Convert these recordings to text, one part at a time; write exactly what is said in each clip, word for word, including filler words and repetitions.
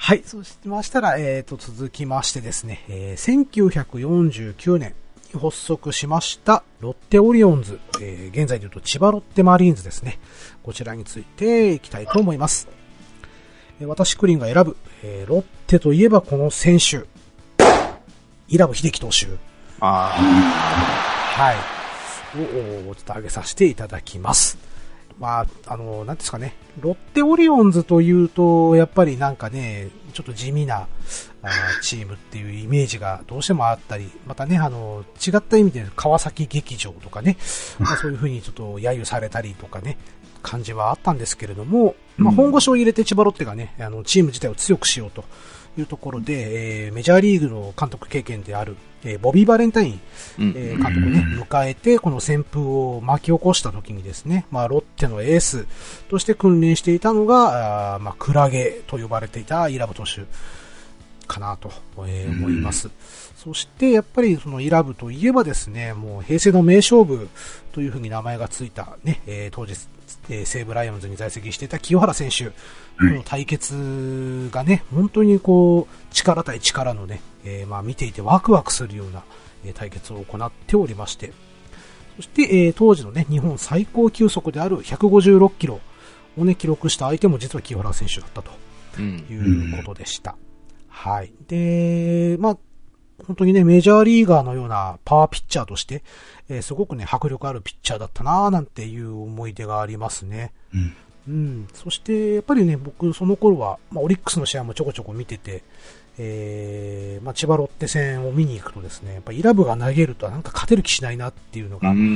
はい。そうしましたら、えーと、続きましてですね、えー、せんきゅうひゃくよんじゅうきゅうねんに発足しましたロッテオリオンズ、えー、現在で言うと千葉ロッテマリーンズですね。こちらについていきたいと思います。えー、私クリンが選ぶ、えー、ロッテといえばこの選手、伊良部秀樹投手。 あはい。を、ちょっと挙げさせていただきます。まあ、あの、なんですかね。ロッテオリオンズというと、やっぱりなんかね、ちょっと地味なあチームっていうイメージがどうしてもあったり、またね、あの、違った意味で川崎劇場とかね、まあ、そういう風にちょっと揶揄されたりとかね、感じはあったんですけれども、まあ、本腰を入れて千葉ロッテがね、あの、チーム自体を強くしようというところで、えー、メジャーリーグの監督経験である、えー、ボビー・バレンタイン、えー、監督をね、迎えて、この旋風を巻き起こした時にですね、まあ、ロッテのエースとして君臨していたのが、あまあ、クラゲと呼ばれていた伊良部投手かなと、えー、思います。そして、やっぱりその伊良部といえばですね、もう平成の名勝負というふうに名前がついたね、えー、当時、えー、西武ライオンズに在籍していた清原選手の対決がね、本当にこう、力対力のね、えー、まあ見ていてワクワクするような、えー、対決を行っておりまして、そして、えー、当時のね、日本最高球速であるひゃくごじゅうろっキロをね、記録した相手も実は清原選手だったということでした。うん、はい。で、まあ、本当にね、メジャーリーガーのようなパワーピッチャーとして、えー、すごくね、迫力あるピッチャーだったなぁなんていう思い出がありますね。うんうん、そして、やっぱりね、僕、その頃は、まあ、オリックスの試合もちょこちょこ見てて、えー、まあ、千葉ロッテ戦を見に行くとですね、やっぱり伊良部が投げるとなんか勝てる気しないなっていうのが、うん、うん、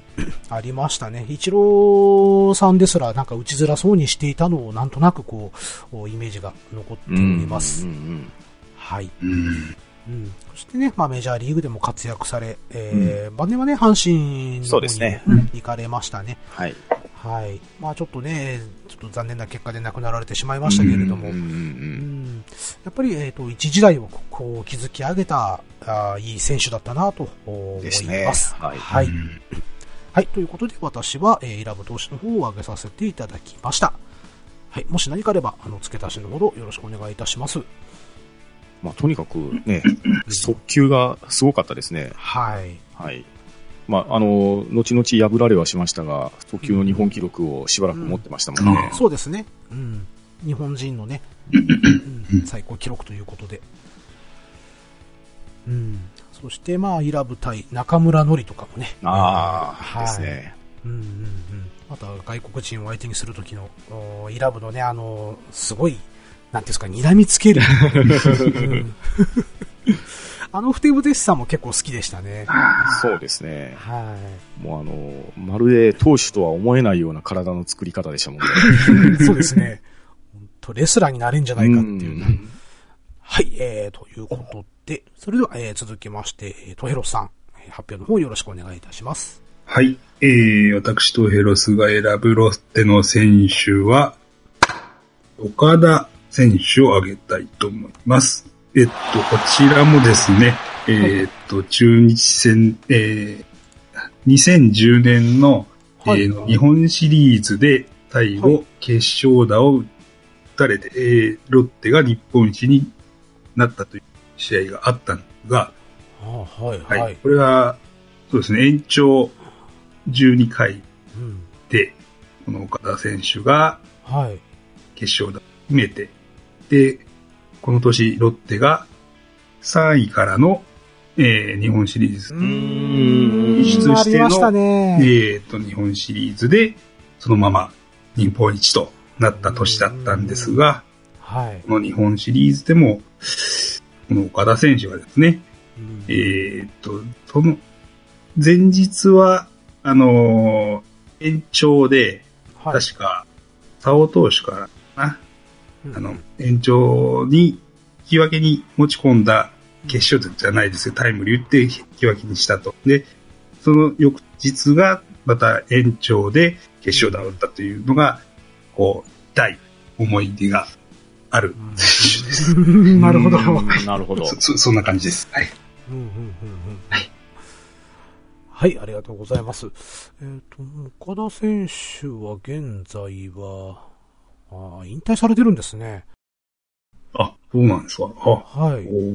ありましたね。イチローさんですらなんか打ちづらそうにしていたのをなんとなくこう、イメージが残っております。うんうんうん、はい。うんうん、そしてね、まあメジャーリーグでも活躍され、えー、うん、晩年はね、阪神の方に、ね、行かれましたね。はい。はい。まあちょっとね、ちょっと残念な結果で亡くなられてしまいましたけれども、うんうんうん、やっぱり、えっと、一時代をこう築き上げた、あいい選手だったなと思います。ね、はい。はい。うん、はい。ということで、私は、えー、伊良部投手の方を挙げさせていただきました。はい。もし何かあれば、あの、付け足しのほどよろしくお願いいたします。 まあ、とにかくね、速球がすごかったですね。 はい。 はい。まあ、あの、後々破られはしましたが、速球の日本記録をしばらく持ってましたもんね。 うん、そうですね。うん。日本人のね、うん、最高記録ということで。うん。そして、まあ、伊良部対中村典とかもね。 ああ、はい、ですね。 うんうんうん。また、外国人を相手にするときの、伊良部のね、あの、すごい、なんていうんですか、睨みつける。うんあのふてぶてしさも結構好きでしたね。 そうですね。 はい。 もうあの、まるで投手とは思えないような体の作り方でしたもんね。 そうですね。本当レスラーになれんじゃないかっていう。うはい、えー、ということで、それでは、えー、続きまして、トヘロスさん、発表の方よろしくお願いいたします。 はい、えー、私トヘロスが選ぶロッテの選手は、岡田選手を挙げたいと思います。えっと、こちらもですね、えー、っと、中日戦、えー、にせんじゅうねんの、はい、えー、日本シリーズで最後、決勝打を打たれて、えー、ロッテが日本一になったという試合があったんですが、 はいはいはい、 これは、そうですね、延長じゅうにかいで、うん、この岡田選手が、決勝打を決めて、で、この年、ロッテがさんいからの、えー、日本シリーズに進出しての、ね、えー、と日本シリーズでそのまま日本一となった年だったんですが、 はい、 この日本シリーズでもこの岡田選手がですね、えー、とその前日はあのー、延長で、はい、確か佐尾投手からな。あの、延長に、引き分けに持ち込んだ決勝じゃないですよ。タイムリー打って引き分けにしたと。で、その翌日がまた延長で決勝打を打ったというのが、こう、大思い出がある選手です。 なるほど。 なるほど。 そ、そんな感じです。はい。 うんうんうんうん、はい。はい、ありがとうございます。えっと、岡田選手は現在は、ああ、引退されてるんですね。 そうなんですか。 はい。 お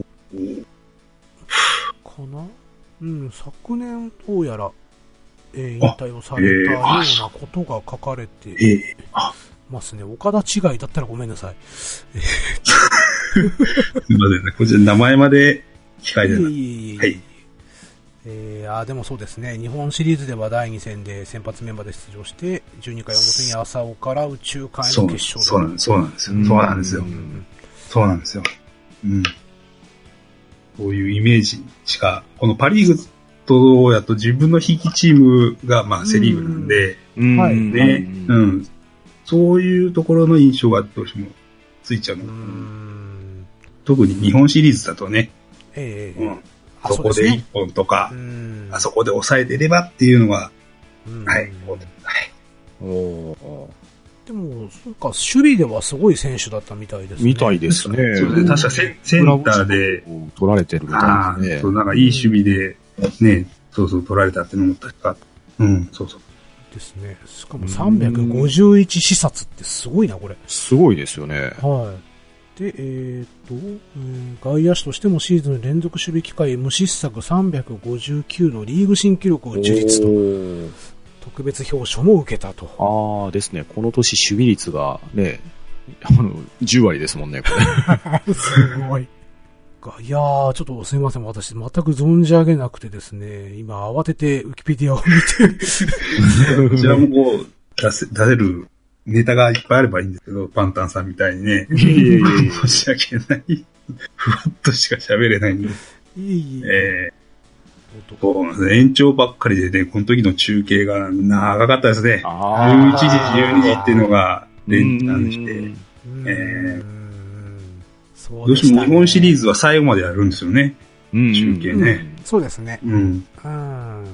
かなうん、昨年どうやら、えー、引退をされたようなことが書かれてますね。岡田違いだったらごめんなさい。 すいませんね。こちら名前まで控えてない。 いえいえいえ。はい。えー、あでもそうですね。日本シリーズではだいに戦で先発メンバーで出場して、じゅうにかい表に浅尾から宇宙間への決勝で。 そうなんです。そうなんですよ。そうなんですよ。そうなんですよ。うん。こういうイメージしか、このパリーグとやと自分のひいきチームが、まあセリーグなんで、 はい。 ね、うん。そういうところの印象がどうしてもついちゃうのかな。特に日本シリーズだとね、 ええ、 うん、そこでいっぽんとか、あそこで抑えてればっていうのは、はい。はい。 おでも、なんか守備ではすごい選手だったみたいですね。 みたいですね。 そうですね。確かセセンターで取られてるみたいですね。 そう、なんかいい守備で、ね、そうそう取られたっていうのも確か、うん、そうそう。 ですね。しかもさんびゃくごじゅういち視察ってすごいな、これ。 すごいですよね。 はい。で、えっと、えー、外野手としてもシーズン連続守備機会無失策さんびゃくごじゅうきゅうのリーグ新記録を樹立と。特別表彰も受けたと。 ああですね。この年守備率がね、あの、じゅう割ですもんね、これ。 すごい。いやー、ちょっとすいません。私全く存じ上げなくてですね、今慌ててウィキペディアを見て。 こちらもこう、出せ、出せるネタがいっぱいあればいいんですけど、パンタンさんみたいにね。 いえいえいえ。 申し訳ない。ふわっとしか喋れないんで。 いえいえ。 えーそうですね。延長ばっかりでね、この時の中継が長かったですね。じゅういちじ、じゅうにじっていうのが連チャンして、えー、どうしても日本シリーズは最後までやるんですよね。中継ね。 そうですね。 うん。 あの、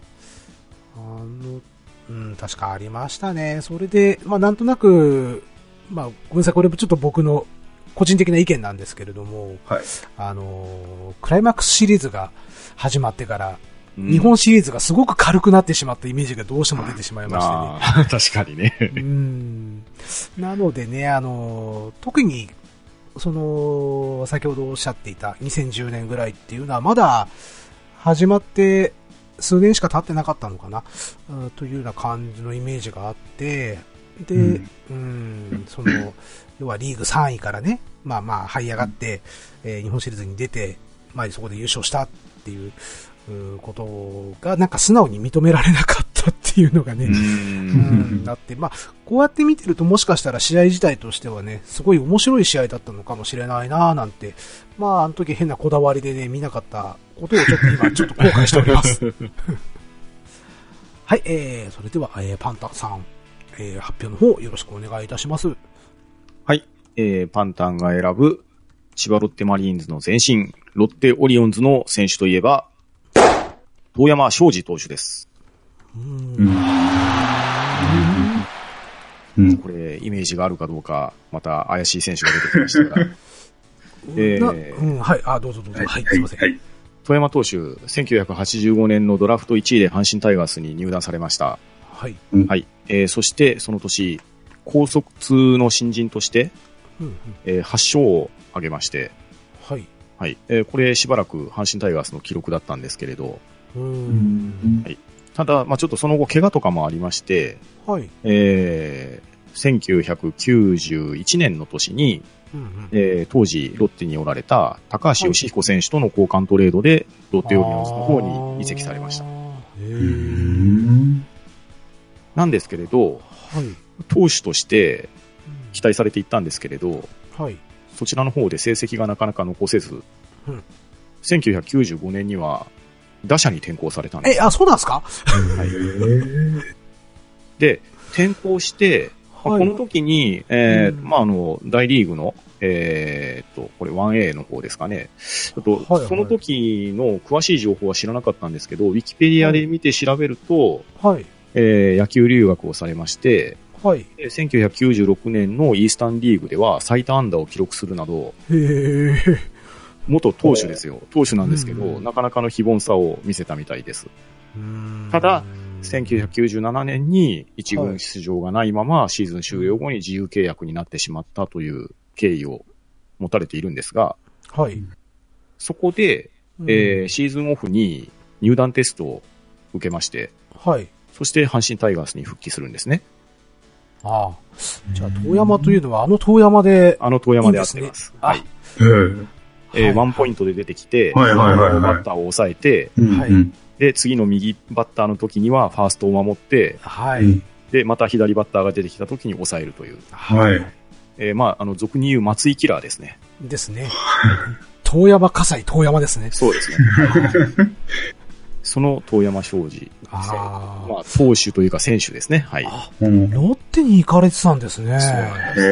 うん、確かありましたね。それで、まあなんとなく、まあごめんなさい、これもちょっと僕の個人的な意見なんですけれども、 はい。 あの、クライマックスシリーズが始まってから、うん、日本シリーズがすごく軽くなってしまったイメージがどうしても出てしまいましてね。 確かにね。 うん。なのでね、あの、特に、その、先ほどおっしゃっていたにせんじゅうねんぐらいっていうのはまだ始まって数年しか経ってなかったのかな、というような感じのイメージがあって、で、うん、うんその、要はリーグさんいからね、まあまあ這い上がって、うん、えー、日本シリーズに出て、まあそこで優勝したっていうことがなんか素直に認められなかったっていうのがね、うん、なって、まあこうやって見てるともしかしたら試合自体としてはね、すごい面白い試合だったのかもしれないなぁなんて、まああの時変なこだわりでね、見なかったことをちょっと今ちょっと後悔しております。はい、えー、それでは、えー、パンタンさん、えー、発表の方よろしくお願いいたします。 はい、えー、パンタンが選ぶ千葉ロッテマリーンズの前身、ロッテオリオンズの選手といえば、遠山昌司投手です。うーんうん、これ、イメージがあるかどうか、また怪しい選手が出てきましたが。 えーうん、はい、あ、どうぞどうぞ。はい、はい、すいません。はい、 遠山投手、せんきゅうひゃくはちじゅうごねんのドラフトいちいで阪神タイガースに入団されました。 はい。 はい。えー、そして、その年、高卒の新人として、うんうんえー、はち勝を挙げまして、 はい。 はい。えー、これ、しばらく阪神タイガースの記録だったんですけれど、 うんはい。ただ、まあちょっとその後、怪我とかもありまして、 はい。 えー、せんきゅうひゃくきゅうじゅういちねんの年に、うんうんえー、当時ロッテにおられた高橋義彦選手との交換トレードでロッテオリオンズの方に移籍されました。へーなんですけれど、 はい、 投手として期待されていったんですけれど、 はい、 そちらの方で成績がなかなか残せず、うん、せんきゅうひゃくきゅうじゅうごねんには打者に転向されたんです。 え、あ、そうなんですか？ はい、で、転向して、まあ、この時に、えー、うん、まあ、あの、大リーグの、えー、っと、これ ワンエー の方ですかね。ちょっと、はいはい、その時の詳しい情報は知らなかったんですけど、ウィキペディアで見て調べると、 はい、 えー、野球留学をされまして、 はい、 せんきゅうひゃくきゅうじゅうろくねんのイースタンリーグでは最多安打を記録するなど、 へー、 元投手ですよ。投手なんですけど、うん、なかなかの非凡さを見せたみたいです。ただ、せんきゅうひゃくきゅうじゅうななねんに一軍出場がないままシーズン終了後に自由契約になってしまったという経緯を持たれているんですが、 はい。 そこで、 うん、 えー、シーズンオフに入団テストを受けまして、 はい。 そして阪神タイガースに復帰するんですね。 ああ。じゃあ、遠山というのはあの遠山で、 あの遠山でやってます。いいすね、はい。えー、ワンポイントで出てきて、 はいはいはいはい、 バッターを抑えて、 はい、 で、次の右バッターの時にはファーストを守って、 はい、 で、また左バッターが出てきた時に抑えるという。 はい。 えー、まあ、あの、俗に言う松井キラーですね。 ですね。遠山葛西遠山ですね。 そうですね。その遠山昌司。 あまあ、投手というか選手ですね。はい。 あ、ロッテに行かれてたんですね。 そうなんです。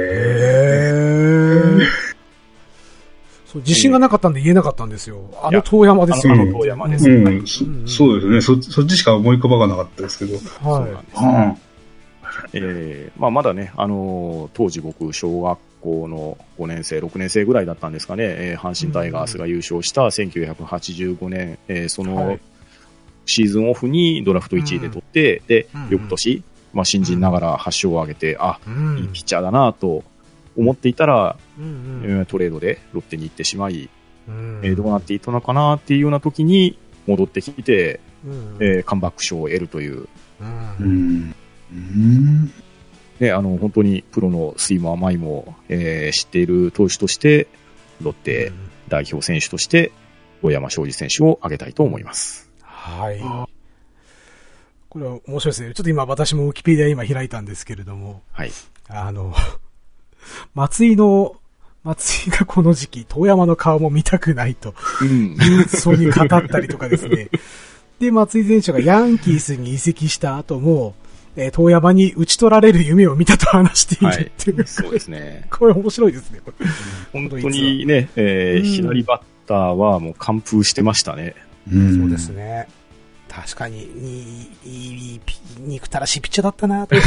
へー。そう自信がなかったんで言えなかったんですよ。あの遠山ですよ。 あの遠山です、 うんはいうんそ。そうですねそ。そっちしか思い浮かばなかったですけど。 はい。 そうなんです、ね。えー、まあまだね、あのー、当時僕、小学校のごねん生、ろくねん生ぐらいだったんですかね、えー、阪神タイガースが優勝したせんきゅうひゃくはちじゅうごねん、えー、そのシーズンオフにドラフトいちいで取って、うん、で、翌年、まあ新人ながらはっ勝を挙げて、あ、うん、いいピッチャーだなと思っていたら、うんうん、トレードでロッテに行ってしまい、うんえー、どうなっていったのかなっていうような時に戻ってきて、うんえー、カムバック賞を得るという。 うんうんね、あの、本当にプロの酸いも甘いも、えー、知っている投手として、ロッテ代表選手として、大山昌司選手を挙げたいと思います。 はい。これは面白いですね。ちょっと今私もウィキペディア今開いたんですけれども、 はい。 あの、松井の、松井がこの時期、遠山の顔も見たくないと、うん、そうに語ったりとかですね。で、松井選手がヤンキースに移籍した後も、えー、遠山に打ち取られる夢を見たと話しているっていう、はい、 そうですね。 これ面白いですね。これ本当にね、えーうん、左バッターはもう完封してましたね。 うん、そうですね。確かに、に、いい、憎たらしいピッチャーだったなと。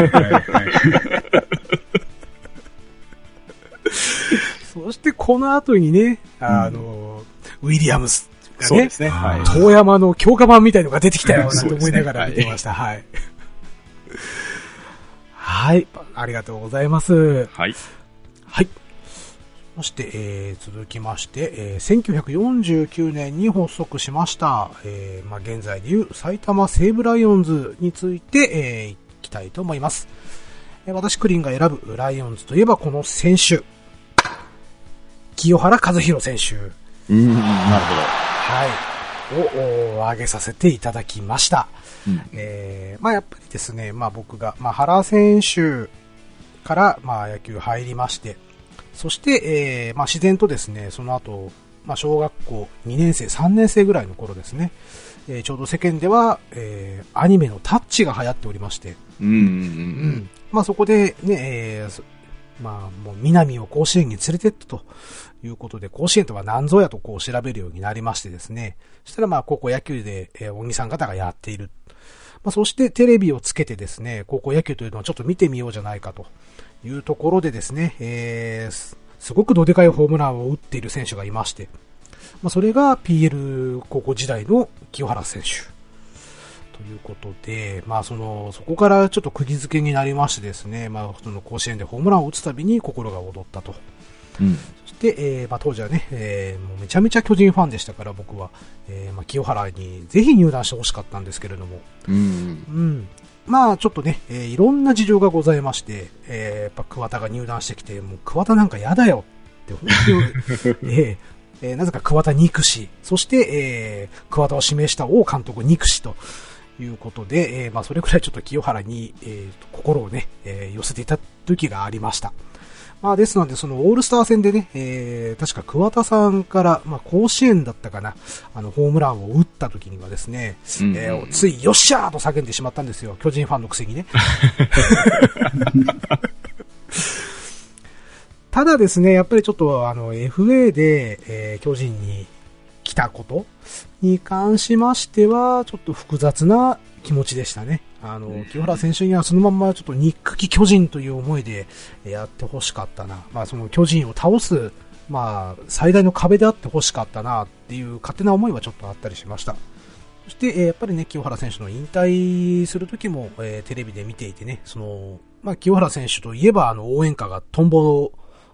そしてこの後にね、あの、うん、ウィリアムスがね、 そうですね。はい、 遠山の強化版みたいのが出てきたよなと思いながら見てました。はい。はい。ありがとうございます。 はい。 はい。そして、えー、続きまして、えー、せんきゅうひゃくよんじゅうきゅうねんに発足しました、えー、まあ、現在でいう埼玉西武ライオンズについて、えー、いきたいと思います。えー、私、クリンが選ぶライオンズといえばこの選手。清原和博選手。 うん、なるほど。 はい。を、挙げさせていただきました。うん、えー、まあやっぱりですね、まあ僕が、まあ原選手から、まあ野球入りまして、そして、えー、まあ自然とですね、その後、まあ小学校にねん生、さんねん生ぐらいの頃ですね、えー、ちょうど世間では、えー、アニメのタッチが流行っておりまして、 うんうんうんうん、 まあそこでね、えー、まあもう南を甲子園に連れてったということで、甲子園とは何ぞやとこう調べるようになりましてですね、そしたらまあ高校野球で、えー、お兄さん方がやっている。まあ、そしてテレビをつけてですね、高校野球というのをちょっと見てみようじゃないかというところでですね、えー、すごくどでかいホームランを打っている選手がいまして、まあ、それが ピーエル 高校時代の清原選手ということで、まあその、そこからちょっと釘付けになりましてですね、まあその甲子園でホームランを打つたびに心が躍ったと。うん、そして、えーまあ、当時はね、えー、もうめちゃめちゃ巨人ファンでしたから僕は、えーまあ、清原にぜひ入団してほしかったんですけれども、 うんうんうんまあちょっとね、えー、いろんな事情がございまして、えー、やっぱ桑田が入団してきて、もう桑田なんか嫌だよって本当に、えーえー、なぜか桑田憎し、そして、えー、桑田を指名した王監督憎しということで、えー、まあそれくらいちょっと清原に、えー、心をね、えー、寄せていた時がありました。まあですので、そのオールスター戦でね、えー、確か桑田さんから、まあ甲子園だったかな、あの、ホームランを打った時にはですね、うんうん、えー、ついよっしゃーと叫んでしまったんですよ。巨人ファンのくせにね。ただですね、やっぱりちょっとあの、エフエー で、えー、巨人に来たことに関しましては、ちょっと複雑な気持ちでしたね。あの、清原選手にはそのまんまちょっと憎き巨人という思いでやってほしかったな。まあその巨人を倒す、まあ最大の壁であってほしかったなっていう勝手な思いはちょっとあったりしました。そして、えー、やっぱりね、清原選手の引退する時も、えー、テレビで見ていてね、その、まあ清原選手といえばあの応援歌がトンボ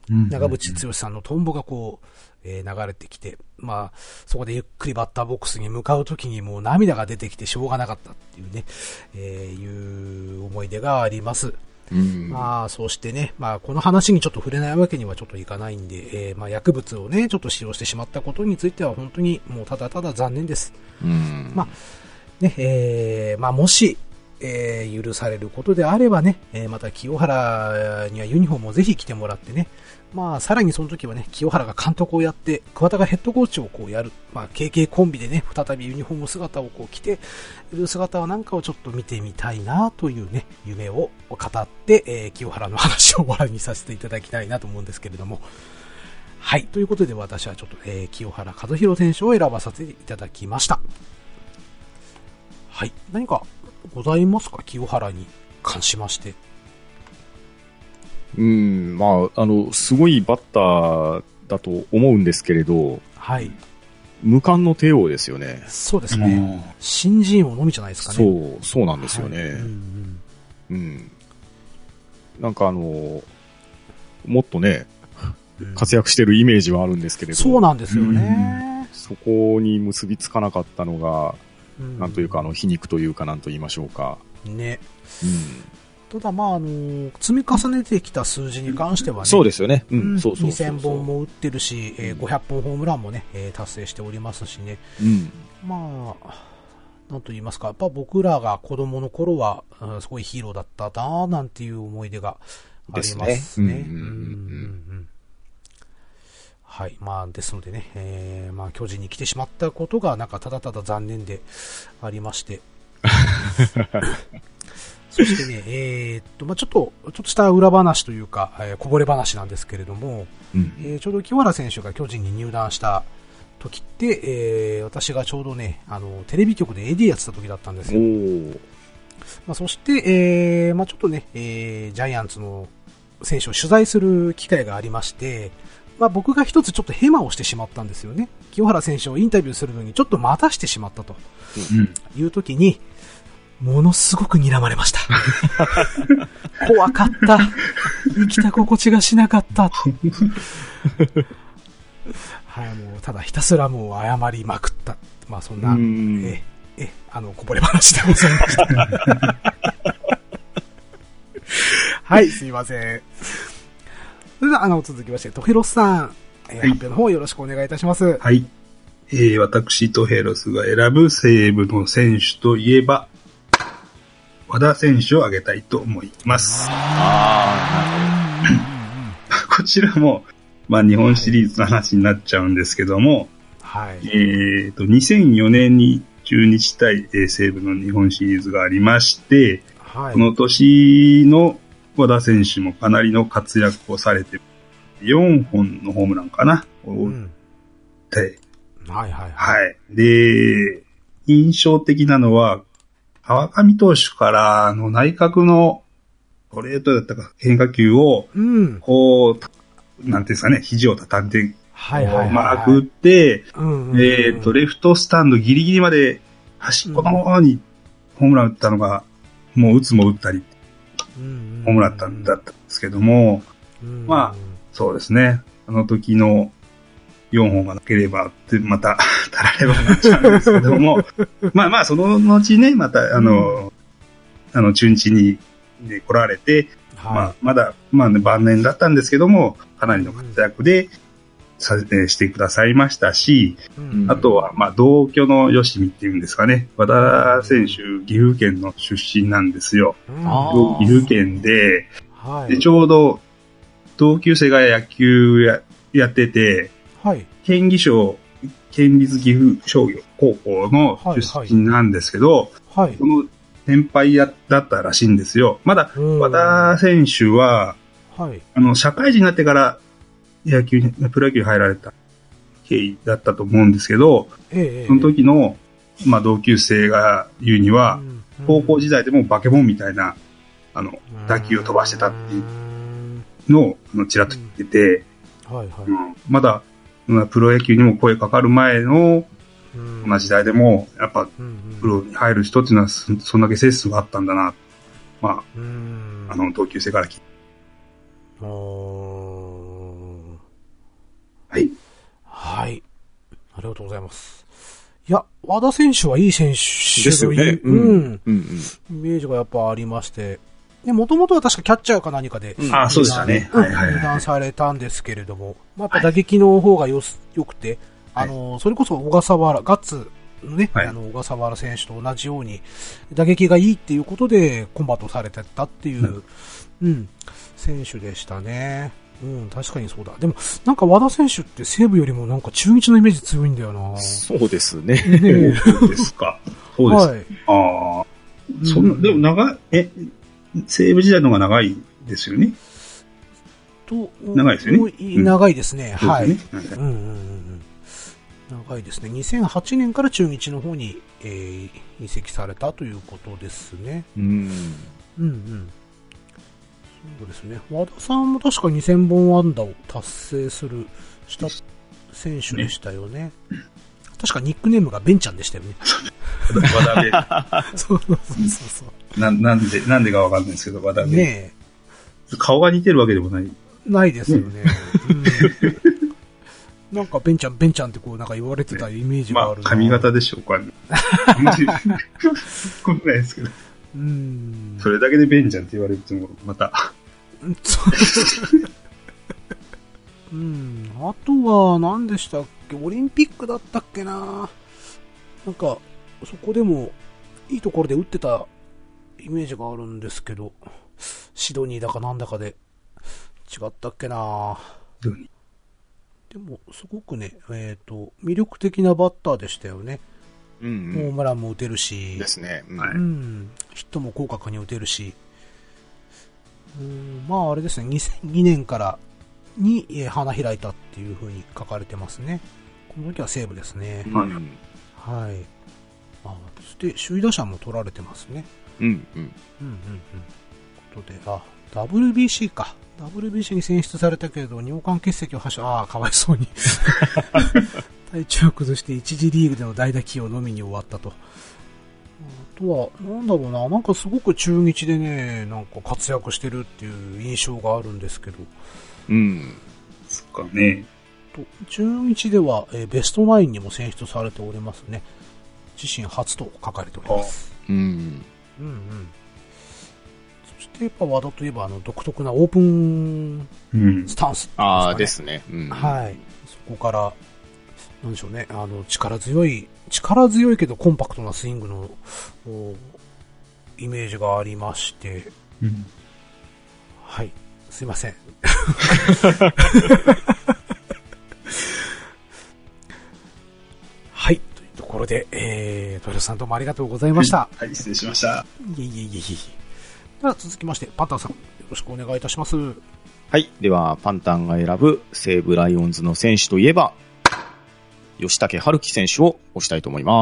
長渕剛さんのトンボがこう、えー、流れてきて、まあ、そこでゆっくりバッターボックスに向かうときにもう涙が出てきてしょうがなかったっていうね、えー、いう思い出があります。うん、まあ、そうしてね、まあ、この話にちょっと触れないわけにはちょっといかないんで、えー、まあ、薬物をね、ちょっと使用してしまったことについては本当にもうただただ残念です。うん、まあ、ね、えー、まあ、もし、えー、許されることであればね、えー、また清原にはユニフォームをぜひ着てもらってね、まあ、さらにその時はね、清原が監督をやって、桑田がヘッドコーチをこうやる、まあ、ケーケー コンビでね、再びユニフォーム姿をこう着ている姿はなんかをちょっと見てみたいなというね、夢を語って、えー、清原の話を終わりにさせていただきたいなと思うんですけれども。はい。ということで私はちょっと、えー、清原和博選手を選ばさせていただきました。はい。何かございますか、清原に関しまして。 うん、まあ、あの、すごいバッターだと思うんですけれど、 はい。 無冠の帝王ですよね。 そうですね。新人王のみじゃないですかね。 そう、そうなんですよね。はい、うん、 うん、 うん。なんかあの、もっとね、活躍してるイメージはあるんですけれど。 そうなんですよね。 そこに結びつかなかったのが、なんというか、あの、皮肉というか、なんと言いましょうか。 ね。 うん。 ただ、まあ、あの、積み重ねてきた数字に関してはね。 そうですよね。うん、そうそうそうそう。 にせんぼんも打ってるし、えー、ごひゃっぽんホームランもね、えー、達成しておりますしね。 うん。 まあ、なんと言いますか、やっぱ僕らが子供の頃は、うん、すごいヒーローだったな、なんていう思い出がありますね。はい。まあ、ですのでね、えー、まあ、巨人に来てしまったことが、なんかただただ残念でありまして。そしてね、えー、っと、まあ、ちょっと、ちょっとした裏話というか、えー、こぼれ話なんですけれども、うん、えー、ちょうど清原選手が巨人に入団した時って、えー、私がちょうどね、あの、テレビ局で エーディー やってた時だったんですよ。まあ、そして、えー、まあ、ちょっとね、えー、ジャイアンツの選手を取材する機会がありまして、まあ、僕が一つちょっとヘマをしてしまったんですよね。清原選手をインタビューするのにちょっと待たしてしまったと、うん、いう時に、ものすごく睨まれました。怖かった。生きた心地がしなかった。はい、もう、ただひたすらもう謝りまくった。まあ、そんな、んえ、え、あの、こぼれ話でございました。はい、すいません。それでは、あの、続きまして、トヘロスさん、えーはい、発表の方よろしくお願いいたします。 はい。えー、私、トヘロスが選ぶ西武の選手といえば、和田選手を挙げたいと思います。あこちらも、まあ、日本シリーズの話になっちゃうんですけども、 はい。 えっと、にせんよねんに中日対西武の日本シリーズがありまして、はい、この年の和田選手もかなりの活躍をされて、よんほんのホームランかな、うん、で、 はいはいはい。で、印象的なのは、川上投手からの内角のストレートだったか変化球を、うん、こう、なんていうんですかね、肘を畳んで、 はいはいはいはい、 マーク打って、 うんうんうん、 えっと、レフトスタンドギリギリまで端っこの方にホームラン打ったのが、もう打つも打ったり、うんうんうん、ホームランだったんですけども、うんうん、まあ、そうですね、あの時のよんほんがなければって、また、たらればなっちゃうんですけども、まあまあ、その後ね、また、あの、うん、あの、中日に、ね、来られて、はい、まあ、まだ、まあね、晩年だったんですけども、かなりの活躍で、さ、うん、してくださいましたし、うん、あとは、まあ、同居の吉見っていうんですかね、和田選手、岐阜県の出身なんですよ。うん、岐阜県で、はい、で、ちょうど、同級生が野球や、やってて、はい、県議賞、県立岐阜商業高校の出身なんですけど、はいはい、この先輩やだったらしいんですよ。まだ和田選手は、はい、あの社会人になってから野球にプロ野球に入られた経緯だったと思うんですけど、ええ、その時の、まあ、同級生が言うには、うんうん、高校時代でもバケモンみたいなあの打球を飛ばしてたっていうのをあのちらっと言ってて、うんはいはいうん、まだプロ野球にも声かかる前の、うん、こんな時代でも、やっぱ、プロに入る人っていうのは、そんだけセンスがあったんだな。まあ、うん、あの、同級生から聞いて。 とうございます。いや、和田選手はいい選手ですよね。 うん。うん。 うん。 イメージがやっぱありまして。で、もともとは確かキャッチャーか何かで。 うん、あ、そうでしたね。 はいはい。入団されたんですけれども、まあ、やっぱ打撃の方がよす、良くて、あの、それこそ小笠原、ガッツのね、はい、あの、小笠原選手と同じように、打撃がいいっていうことで、コンバートされてたっていう、うん、うん、選手でしたね。うん、確かにそうだ。でも、なんか和田選手って西武よりもなんか中日のイメージ強いんだよな。 そうですね。 ねそうですか。そうです。はい、ああ。そんな、でも長い、え、西武時代の方が長いですよね。 と、 長いですよね。 長いですね。うん、はい。 ね、 うんうんうん。長いですね。にせんはちねんから中日の方に、えー、移籍されたということですね。 うん。 うんうん。そうですね。和田さんも確かにせんぼん安打を達成する、した選手でしたよね。ね、確かニックネームがベンちゃんでしたよね。 和田ベン。 そうそうそうそう。 な、なんで、なんでかわかんないですけど、和田ベン。 ねえ。顔が似てるわけでもない。 ないですよね。うん、なんかベンちゃん、ベンちゃんってこうなんか言われてたイメージがあるな、 ね。まあ、髪型でしょうかね。あんまり、こんないですけど。 うん。 それだけでベンちゃんって言われるとも、また。 うん。あとは、何でしたっけ？オリンピックだったっけな？なんか、そこでも、いいところで打ってたイメージがあるんですけど、シドニーだかなんだかで、違ったっけな？でも、すごくね、えっと、魅力的なバッターでしたよね。 うんうん、 ホームランも打てるし、 ですね、 うんうん、ヒットも広角に打てるし、うん、まああれですね、にせんにねんからに、えー、花開いたっていう風に書かれてますね。この時は西武ですね。 うん、 はい。あ、そして首位打者も取られてますね。 うんうん。 うんうんうん。ことで、あ、ダブリュービーシー か。ダブリュービーシー に選出されたけれど、尿管結石を発症、ああ、かわいそうに。体調を崩して一次リーグでの代打起用のみに終わったと。あとは、なんだろうな、なんかすごく中日でね、なんか活躍してるっていう印象があるんですけど。 うん。 ですかね。 と中日では、えー、ベストナインにも選出されておりますね。自身初と書かれております。 うん。 うんうん。そしてやっぱ和田といえばあの独特なオープンスタンス、ね、 うん、ああですね。うん、 はい。そこから、なんでしょうね、あの力強い、力強いけどコンパクトなスイングのイメージがありまして、 うん、 はい。すいません。はい。というところで、えー、トヨタさんどうもありがとうございました。 はい、失礼しました。 いえいえいえいえ。では続きまして、パンタンさん、よろしくお願いいたします。 はい。では、パンタンが選ぶ西武ライオンズの選手といえば、吉武春樹選手を推したいと思います。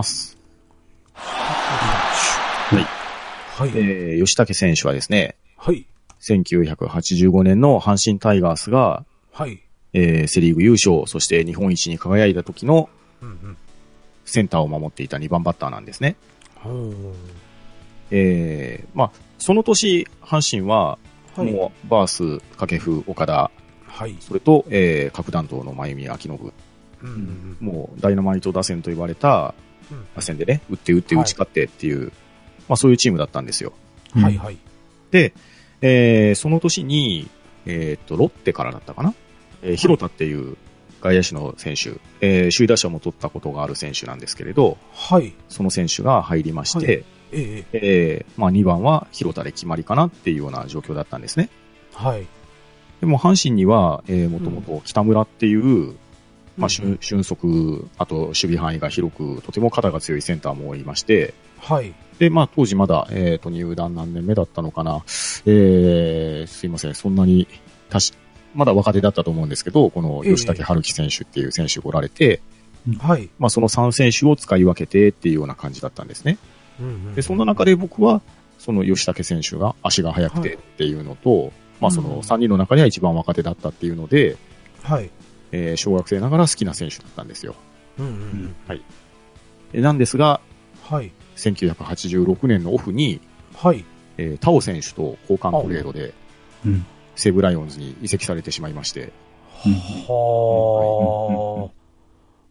はい。 はい。 えー、吉武選手はですね、 はい。 せんきゅうひゃくはちじゅうごねんの阪神タイガースが、 はい。 えー、セリーグ優勝、そして日本一に輝いた時の、 うんうん、 センターを守っていたにばんバッターなんですね。 うん、 えー、まあ、その年、阪神は、もう、バース、掛布、岡田、 はい、 それと、えー、核弾頭の真弓明信、 うんうんうん、 もう、ダイナマイト打線と言われた打線でね、打って打って打ち勝ってっていう、はい、まあそういうチームだったんですよ。 はいはい。 で、えー、その年に、えっと、ロッテからだったかな、えー、広田っていう外野手の選手、えー、首位打者も取ったことがある選手なんですけれど、 はい。 その選手が入りまして、はい、 えー、 えー、まあにばんは広田で決まりかなっていうような状況だったんですね。 はい。 でも阪神には、えー、もともと北村っていう、うん、まあ、俊足、あと守備範囲が広く、とても肩が強いセンターもいまして、 はい。 で、まあ、当時まだ、えっと、入団何年目だったのかな。えー、すいません、そんなに、たし、まだ若手だったと思うんですけど、この吉武春樹選手っていう選手がおられて、 えー、はい。 まあ、そのさん選手を使い分けてっていうような感じだったんですね。 うんうんうん、 で、そんな中で僕は、その吉武選手が足が速くてっていうのと、はい、まあ、そのさんにんの中では一番若手だったっていうので、 はい。 えー、小学生ながら好きな選手だったんですよ。 うんうんうん、 はい。なんですが、 はい。 せんきゅうひゃくはちじゅうろくねんのオフに、 はい。 えー、タオ選手と交換トレードで、 うん、 西武ライオンズに移籍されてしまいまして。 は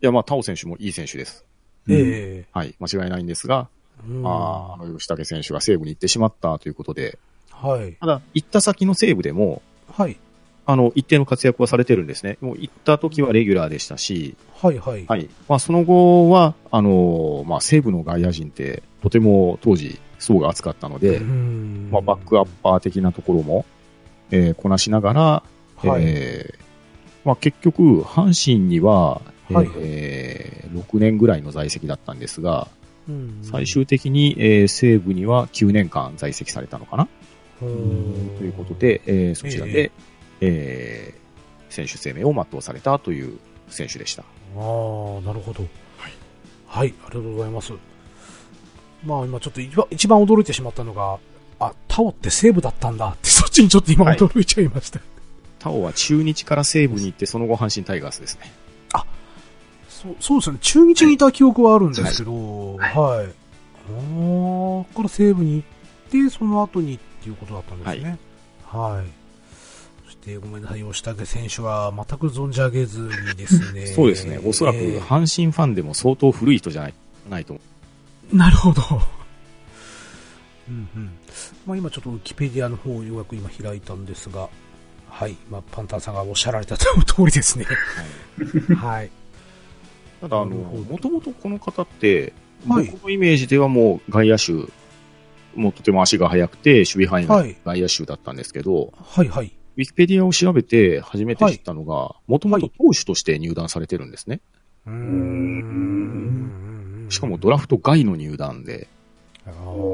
や、まあ、タオ選手もいい選手です。 ええー。はい。間違いないんですが、ああの、吉武選手が西武に行ってしまったということで、 はい。 ただ、行った先の西武でも、 はい。 あの、一定の活躍はされてるんですね。もう行った時はレギュラーでしたし、 はいはい。 はい。まあ、その後は、あの、まあ、西武の外野陣って、とても当時、層が厚かったので、まあ、バックアッパー的なところも、えー、こなしながら、はい、えー、まあ、結局、阪神には、はい、えー、ろくねんぐらいの在籍だったんですが、最終的に、えー、西武にはきゅうねんかん在籍されたのかなということで、えー、そちらで、えーえー、選手生命を全うされたという選手でした。 ああ、なるほど。はい。はい、ありがとうございます。まあ今ちょっと一番、一番驚いてしまったのが、あ、タオって西武だったんだって、そっちにちょっと今驚いちゃいました。はい、 タオは中日から西武に行って、その後阪神タイガースですね。 あ、そう、そうですね。中日にいた記憶はあるんですけど、はい。はい、ああ、から西武に行って、その後にっていうことだったんですね。はい。はい、そしてごめんなさい、吉武選手は全く存じ上げずにですね。 そうですね。おそらく阪神ファンでも相当古い人じゃない、ないと思う。 なるほど。うんうん。まあ今ちょっとウィキペディアの方をようやく今開いたんですが、はい。まあパンタンさんがおっしゃられた通りですね。はい。はい、 ただあの、もともとこの方って、はい、僕のイメージではもう外野手、もうとても足が速くて守備範囲が外野手だったんですけど、 はいはい。 ウィキペディアを調べて初めて知ったのが、もともと投手として入団されてるんですね。うーん。しかもドラフト外の入団で、あ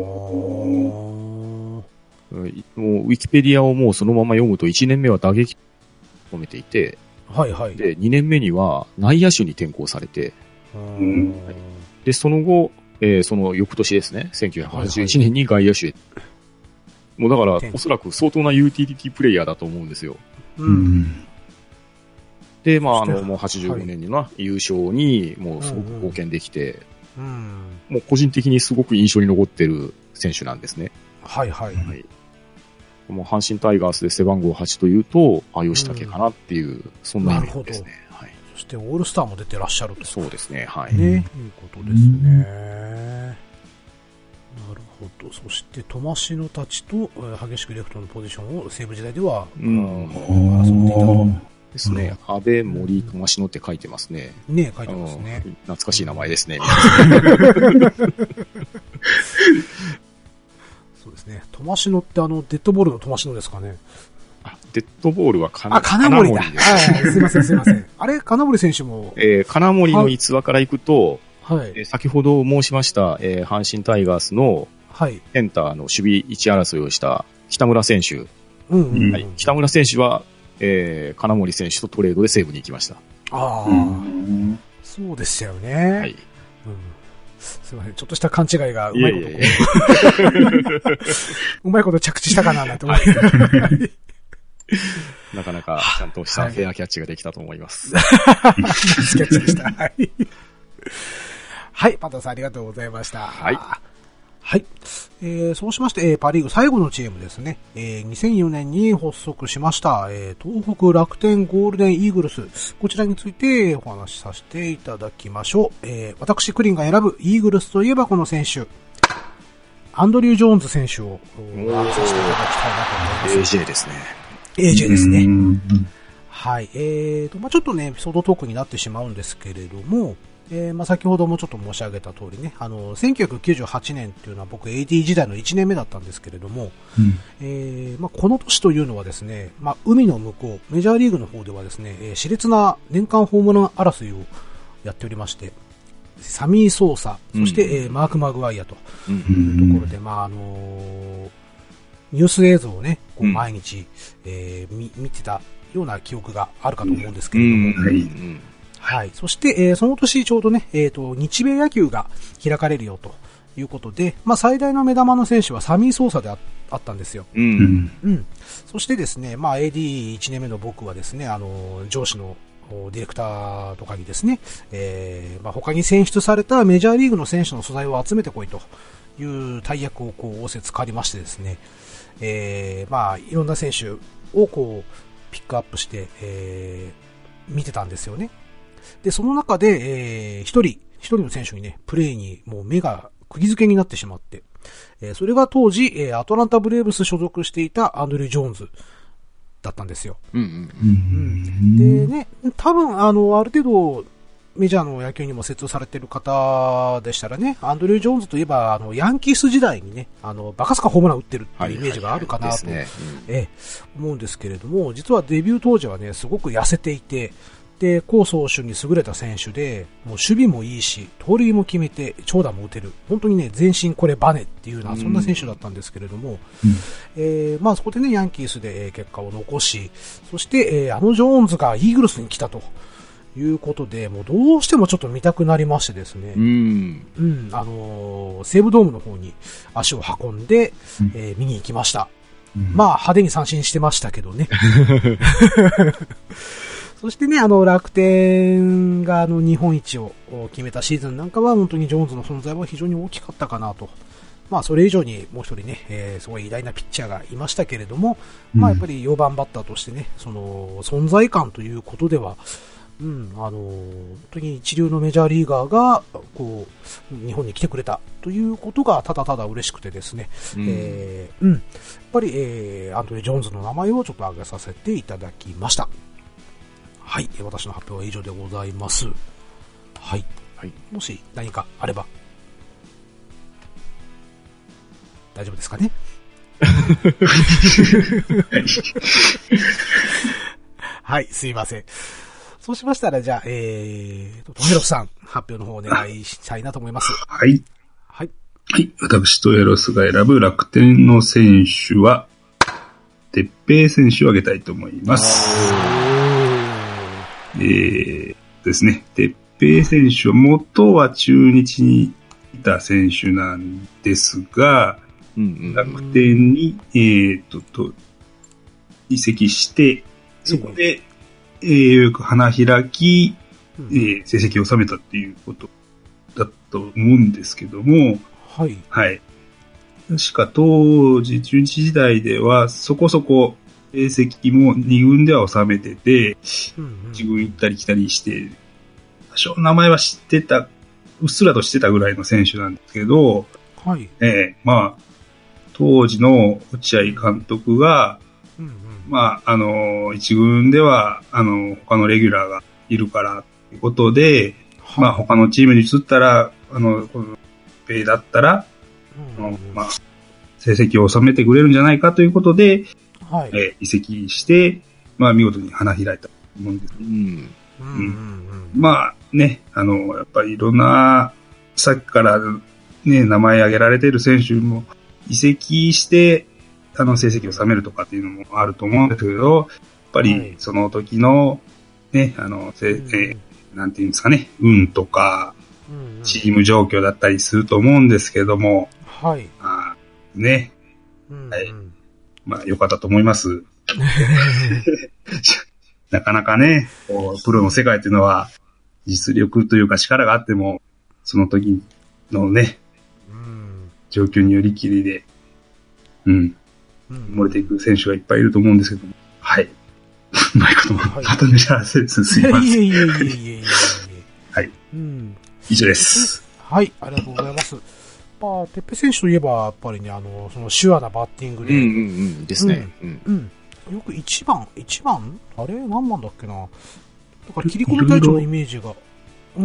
もうウィキペディアをもうそのまま読むといちねんめは打撃を止めていて、 はいはい。 で、にねんめには内野手に転向されて、はい、で、その後、えー、その翌年ですね、せんきゅうひゃくはちじゅういちねんに外野手へ。もうだから、おそらく相当なユーティリティプレイヤーだと思うんですよ。うん。で、まあ、あの、もうはちじゅうごねんには優勝に、もうすごく貢献できて、うん、もう個人的にすごく印象に残ってる選手なんですね。 はいはい。はい、 もう阪神タイガースで背番号はちというと、あ、吉武かなっていう、うん、そんなイメージですね。はい。 そしてオールスターも出てらっしゃると。 そうですね。はい。 ね、いうことですね。なるほど。そしてトマシノたちと激しくレフトのポジションを西武時代では、うん、争っていたと。 ですね。うん、安倍、森、トマシノって書いてますね。 ね、書いてますね。 懐かしい名前ですね。 そうですね。トマシノってあの、デッドボールのトマシノですかね。 あ、デッドボールは金あ、金森だ。はい、すいません、すいません。あれ、金森選手も。 えー、金森の逸話からいくと、はい。えー、先ほど申しました、えー、阪神タイガースの、はい。センターの守備位置争いをした北村選手。うんうん、はい。北村選手は、えー、金森選手とトレードで西武に行きました。ああ、うん、 そうでしたよね。はい。うん、すいません、ちょっとした勘違いがうまいことこう。いやいやいやうまいこと着地したかななんて思って。 なかなかちゃんとしたフェアキャッチができたと思います。 はい、ナイスキャッチでした。はい。はい、パタさんありがとうございました。はい。はい。えー、そうしまして、えー、パリーグ最後のチームですね。えー、にせんよねんに発足しました、えー、東北楽天ゴールデンイーグルス。こちらについてお話しさせていただきましょう。えー、私、クリンが選ぶイーグルスといえばこの選手。アンドリュー・ジョーンズ選手を挙げさせていただきたいなと思います。 エージェー ですね。 エージェー ですね。はい。えーと、まあちょっとね、エピソードトークになってしまうんですけれども、えー、まあ先ほどもちょっと申し上げた通りね、あの、せんきゅうひゃくきゅうじゅうはちねんっていうのは僕 エーディー 時代のいちねんめだったんですけれども、うん、えー、まあこの年というのはですね、まあ海の向こう、メジャーリーグの方ではですね、えー、熾烈な年間ホームラン争いをやっておりまして、サミー・ソーサ、そして、うん、えー、マーク・マグワイアというところで、うん、まああのー、ニュース映像をね、こう毎日、うん、えー、見、見てたような記憶があるかと思うんですけれども、うんはい、はい。そして、えー、その年ちょうどね、えっと、日米野球が開かれるよということで、まあ最大の目玉の選手はサミー・ソーサで あ, あったんですよ。うん。うん。そしてですね、まあ エーディーいちねんめの僕はですね、あの、上司のディレクターとかにですね、えー、まあ他に選出されたメジャーリーグの選手の素材を集めてこいという大役をこう仰せつかりましてですね、えー、まあいろんな選手をこうピックアップして、えー、見てたんですよね。 で、その中で、えー、一人、一人の選手にね、プレーにもう目が釘付けになってしまって、えー、それが当時、えー、アトランタブレーブス所属していたアンドリュー・ジョーンズだったんですよ。 うんうんうん、でね、多分、あの、ある程度、メジャーの野球にも精通されている方でしたらね、アンドリュー・ジョーンズといえば、あの、ヤンキース時代にね、あの、バカスカホームラン打ってるっていうイメージがあるかなと、え思うんですけれども、実はデビュー当時はね、すごく痩せていて、で、攻走守に優れた選手で、もう守備もいいし、盗塁も決めて、長打も打てる。本当にね、全身これバネっていうような、そんな選手だったんですけれども、うん、えー、まあそこでね、ヤンキースで結果を残し、そして、えー、あのジョーンズがイーグルスに来たということで、もうどうしてもちょっと見たくなりましてですね、 うん、 うん、あのー、西武ドームの方に足を運んで、うん、えー、見に行きました。うん、まあ派手に三振してましたけどね。そしてね、あの、楽天があの、日本一を決めたシーズンなんかは、本当にジョーンズの存在は非常に大きかったかなと。まあ、それ以上にもう一人ね、えー、すごい偉大なピッチャーがいましたけれども、うん、まあ、やっぱりよんばんバッターとしてね、その、存在感ということでは、うん、あの、本当に一流のメジャーリーガーが、こう、日本に来てくれたということが、ただただ嬉しくてですね、うん、えー、うん。やっぱり、えー、アントニー・ジョーンズの名前をちょっと挙げさせていただきました。はい、私の発表は以上でございます。はい。はい、もし何かあれば。大丈夫ですかねはい、すいません。そうしましたら、じゃあ、えーと、トヘロスさん、発表の方お願いしたいなと思います。 はい。 はい。 はい。私、トヘロスが選ぶ楽天の選手は、哲平選手を挙げたいと思います。えーですね。哲平選手は元は中日にいた選手なんですが、うんうん、楽天に、えーと、と、移籍して、そこで、えー、よく花開き、えー、成績を収めたっていうことだと思うんですけども、 はい。 はい。確か当時、中日時代ではそこそこ成績もに軍では収めてて、うんうん、いち軍行ったり来たりして、多少名前は知ってた、うっすらと知ってたぐらいの選手なんですけど、 はい。 えー、まあ、当時の落合監督が、うんうん、まあ、あの、一軍では、あの、他のレギュラーがいるから、ということで、はい、まあ、他のチームに移ったら、あの、このペイだったら、うんうん、まあ、成績を収めてくれるんじゃないかということで、はい、えー、移籍して、まあ、見事に花開いたと思うんです。うん。うんうんうん、まあ、ね、あの、やっぱりいろんな、さっきからね、名前挙げられている選手も、移籍して、あの、成績を収めるとかっていうのもあると思うんですけど、やっぱり、その時の、ね、あの、せ、うん、えー、なんていうんですかね、運とか、チーム状況だったりすると思うんですけども、 はい。 あね、 うんうん、 はい。まあ、良かったと思います。なかなかね、こうプロの世界っていうのは、実力というか力があっても、その時のね、うん、状況によりきりで、うん、うん、漏れていく選手がいっぱいいると思うんですけども、はい。うまいことも、またねじゃらせです。すいません。 いえいえいえいえいえいえ。 はい。うん、以上です。 はい、ありがとうございます。まあ、てっぺ選手といえば、やっぱりね、あの、その、手話なバッティングで。 うんうんうんですね。 うん。うん、よくいちばん、いちばんあれ何番だっけな。だから、切り込み隊長のイメージが。うん。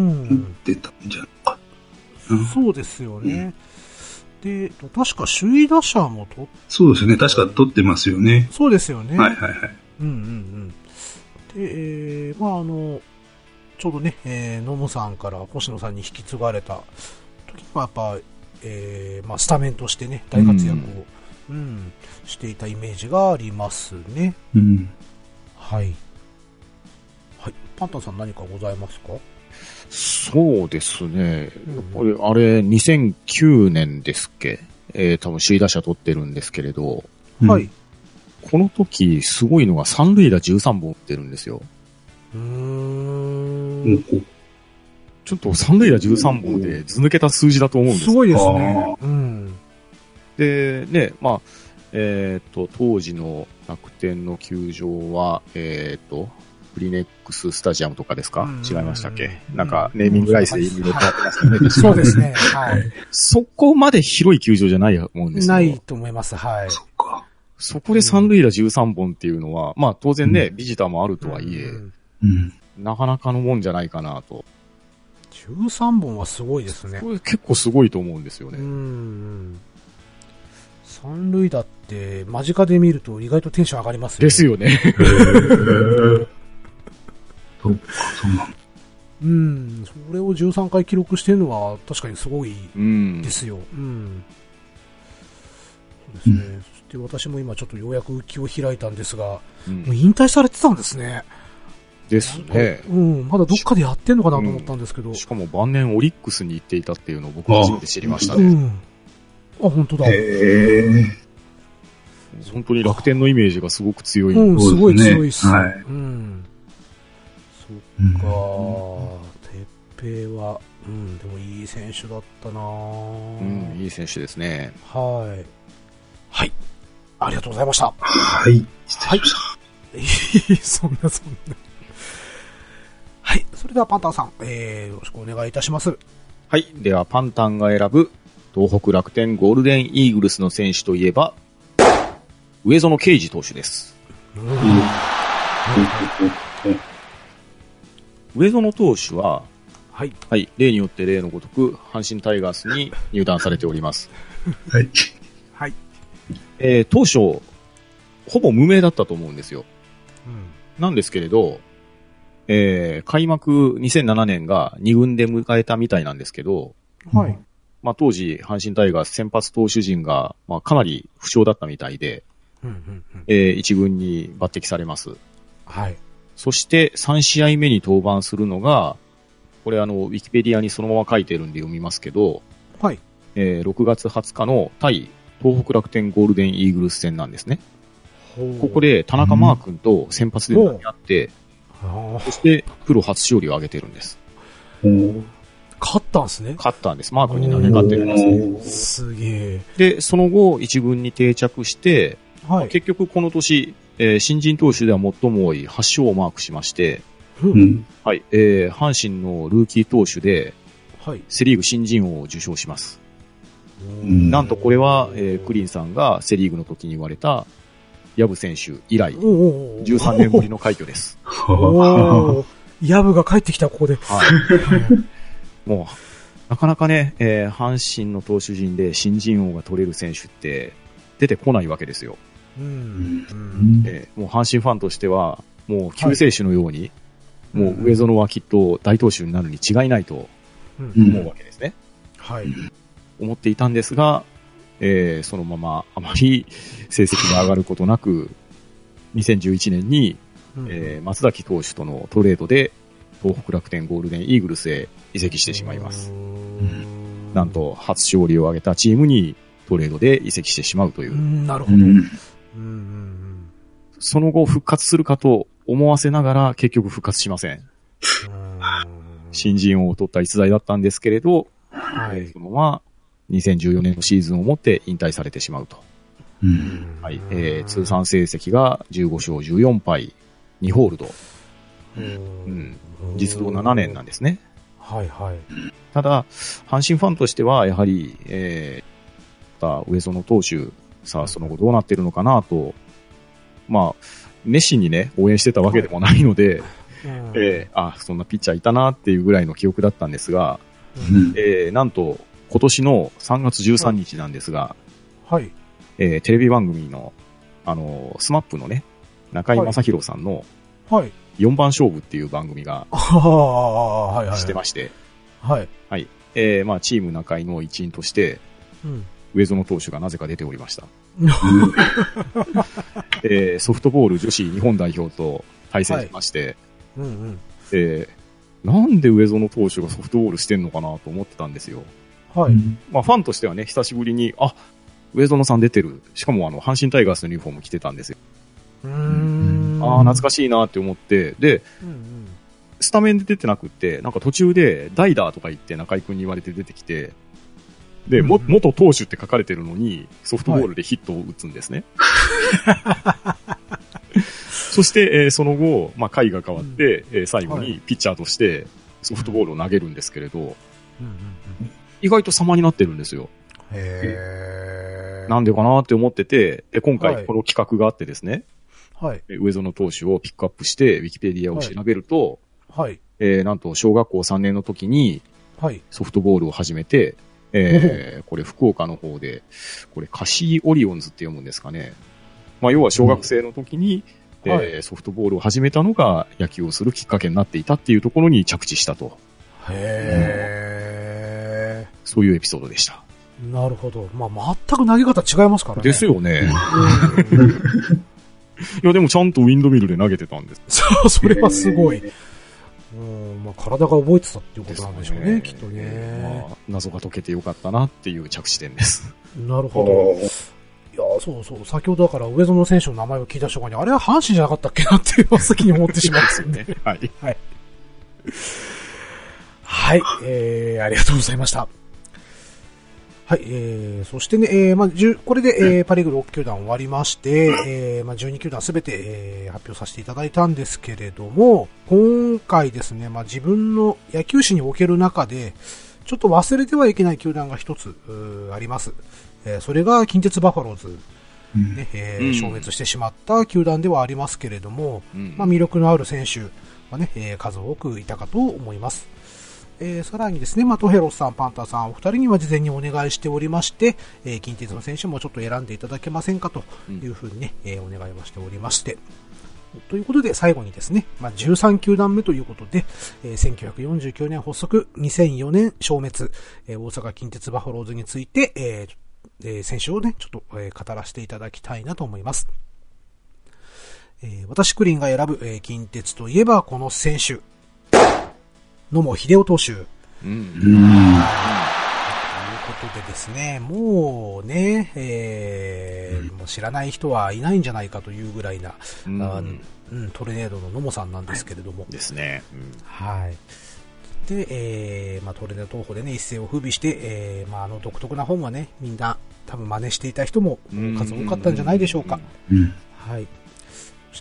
出たんじゃないか。 うん、そうですよね。うん、で、確か首位打者も取って。 そうですね。確か取ってますよね。 そうですよね。 はいはいはい。 うんうんうん。で、えー、まあ、あの、ちょうどね、えー、野茂さんから星野さんに引き継がれた時は、やっぱ、えーまあ、スタメンとしてね大活躍を、うんうん、していたイメージがありますね、 うん、 はい、はい、パンタンさん何かございますか？ そうですね、うん、あれにせんきゅうねんですっけ、えー、多分首位打者取ってるんですけれど、 はい、 この時すごいのが三塁打じゅうさんぼん打ってるんですよ。 うーんちょっと三塁打じゅうさんぼんでず抜けた数字だと思うんです。 すごいですね。うん、 で、ね、まあ、えっ、ー、と、当時の楽天の球場は、えっ、ー、と、 プリネックススタジアムとかですか、うん、違いましたっけ、うん、なんか、ネーミングライスでいろいろ変わってますよね。 そうですね。はい。 そこまで広い球場じゃないと思うんですよ。 ないと思います。はい。 そっか。 そこで三塁打じゅうさんぼんっていうのは、まあ当然ね、うん、ビジターもあるとはいえ、うん、なかなかのもんじゃないかなと。 じゅうさんぼんはすごいですね。 これ結構すごいと思うんですよね。 うん。三塁打って間近で見ると意外とテンション上がりますよね。 ですよね。へーそうか、そうなんだ。 うん。それをじゅうさんかい記録してるのは確かにすごいですよ。うん。うん、そうですね。うん、そして私も今ちょっとようやく浮きを開いたんですが、うん、もう引退されてたんですね。 ですね。 うん。まだどっかでやってんのかなと思ったんですけど。うん、 しかも晩年オリックスに行っていたっていうのを僕初めて知りましたね。うん。 あ、本当だ。 へー。 本当に楽天のイメージがすごく強い。 うん、すごい強いっす。 はい。 うん。そっかー。てっぺいは、うん、でもいい選手だったなー。 うん、いい選手ですね。 はい。はい。ありがとうございました。 はい。 はい。そんなそんな。はい。それではパンタンさん、えー、よろしくお願いいたします。 はい。では、パンタンが選ぶ、東北楽天ゴールデンイーグルスの選手といえば、上園啓二投手です。うん、上園投手は、 はい。 はい。例によって例のごとく、阪神タイガースに入団されております。 はい。 はい。 えー、当初、ほぼ無名だったと思うんですよ。うん、なんですけれど、えー、開幕にせんななねんがに軍で迎えたみたいなんですけど、 はい。 まあ当時、阪神タイガース先発投手陣が、まあかなり不調だったみたいで、うんうんうん、えー、一軍に抜擢されます。 はい。 そしてさん試合目に登板するのが、これあの、ウィキペディアにそのまま書いてるんで読みますけど、 はい。 えー、ろくがつはつかの対東北楽天ゴールデンイーグルス戦なんですね。ここで田中マー君と先発で投げ合って、うん、そしてプロ初勝利を挙げてるんです。 勝ったんですね。 勝ったんです。マー君に投げ勝ってるんですね。すげえ。 で、その後一軍に定着して、 はい、 結局この年、えー、新人投手では最も多いはち勝をマークしまして、 うん、 はい、えー、阪神のルーキー投手で、 はい、 セリーグ新人王を受賞します。なんとこれは、えー、クリンさんがセリーグの時に言われた、ヤブ選手以来、じゅうさんねんぶりの快挙です。 ヤブが帰ってきた、ここで。 はい、もう、なかなかね、えー、阪神の投手陣で新人王が取れる選手って出てこないわけですよ。 うんうんえー、もう阪神ファンとしては、もう救世主のように、はい、もう上園はきっと大投手になるに違いないと思うわけですね。 はい。 思っていたんですが、えー、そのままあまり成績が上がることなく、にせんじゅういちねんに、うんえー、松崎投手とのトレードで東北楽天ゴールデンイーグルスへ移籍してしまいます。なんと初勝利を挙げたチームにトレードで移籍してしまうという。 うんなるほど。うんうん、 その後復活するかと思わせながら結局復活しません。新人王を取った逸材だったんですけれど、はい、そのままにせんじゅうよねんのシーズンをもって引退されてしまうと。 うんはいえー、通算成績がじゅうご勝じゅうよん敗、にホールド。うん、実働ななねんなんですね。 はいはい。 ただ、阪神ファンとしては、やはり、えー、上園投手、さあその後どうなってるのかなと、まあ、熱心にね、応援してたわけでもないので、はいえー、あ、そんなピッチャーいたなっていうぐらいの記憶だったんですが、うんえー、なんと、今年のさんがつじゅうさんにちなんですが、 はい。 えー、テレビ番組の、あのー、スマップのね、中井正宏さんの、 はい。 よんばん勝負っていう番組が、 はいはい。 してまして、 はい。 はい。えー、まあ、チーム中井の一員として、 うん。 上園投手がなぜか出ておりました。えー、ソフトボール女子日本代表と対戦しまして、 はいうんうん、 えー、なんで上園投手がソフトボールしてんのかなと思ってたんですよ。 はい。 まあ、ファンとしてはね、久しぶりに、あ、上園さん出てる。しかもあの、阪神タイガースのユニフォーム着てたんですよ。 うーんああ、懐かしいなって思って、で、 うんうん、 スタメンで出てなくって、なんか途中で代打とか言って中井くんに言われて出てきて、で、うんうん、も元投手って書かれてるのに、ソフトボールでヒットを打つんですね。はい、 そして、えー、その後、まあ、回が変わって、うん、えー、最後にピッチャーとしてソフトボールを投げるんですけれど、うんうんうん、意外と様になってるんですよ。 へー。 なんでかなって思ってて、で今回この企画があってですね、 はい、 上園投手をピックアップして、ウィキペディアを調べると、 はい、 えー、なんと小学校さんねんの時に、ソフトボールを始めて、えー、これ福岡の方で、これカシーオリオンズって読むんですかね。まあ、要は小学生の時に、うん、えーはい、ソフトボールを始めたのが野球をするきっかけになっていたっていうところに着地したと。 へー。 そういうエピソードでした。 なるほど。まあ、全く投げ方違いますからね。 ですよね。いや、でもちゃんとウィンドミルで投げてたんです。 そう、それはすごい。うん、まあ、体が覚えてたっていうことなんでしょうね、ねきっとね、 まあ。謎が解けてよかったなっていう着地点です。 なるほど。いや、そうそう。先ほどだから上園選手の名前を聞いた瞬間に、あれは阪神じゃなかったっけなっていう先に思ってしまうんですよね。 はい。 はい。はい。えー、ありがとうございました。はい、えー、そしてね、えー、まあ、じゅこれで、えー、パリーグろく球団終わりまして、えー、まあ、じゅうに球団すべて、えー、発表させていただいたんですけれども、今回ですね、まあ、自分の野球史における中で、ちょっと忘れてはいけない球団が一つ、あります。えー、それが近鉄バファローズ、ね、えーうん、消滅してしまった球団ではありますけれども、うん、まあ、魅力のある選手はね、えー、数多くいたかと思います。えー、さらにですね、まあ、トヘロスさん、パンターさん、お二人には事前にお願いしておりまして、えー、近鉄の選手もちょっと選んでいただけませんかというふうにね、うん、えー、お願いをしておりまして。ということで、最後にですね、まあ、じゅうさん球団目ということで、えー、せんきゅうひゃくよんじゅうきゅうねん発足、にせんよねん消滅、えー、大阪近鉄バファローズについて、えーえー、選手をね、ちょっと、えー、語らせていただきたいなと思います。えー、私、クリンが選ぶ、えー、近鉄といえばこの選手。野茂英雄投手。うん。うん。ということでですね、もうね、えー、うん、もう知らない人はいないんじゃないかというぐらいな、うん、あうん、トルネードの野茂さんなんですけれども。はい、 ですね。うん、 はい。で、えー、まあ、トルネード投法でね、一世を風靡して、えー、まあ、あの独特な本はね、みんな多分真似していた人も数多かったんじゃないでしょうか。うん、はい。そして、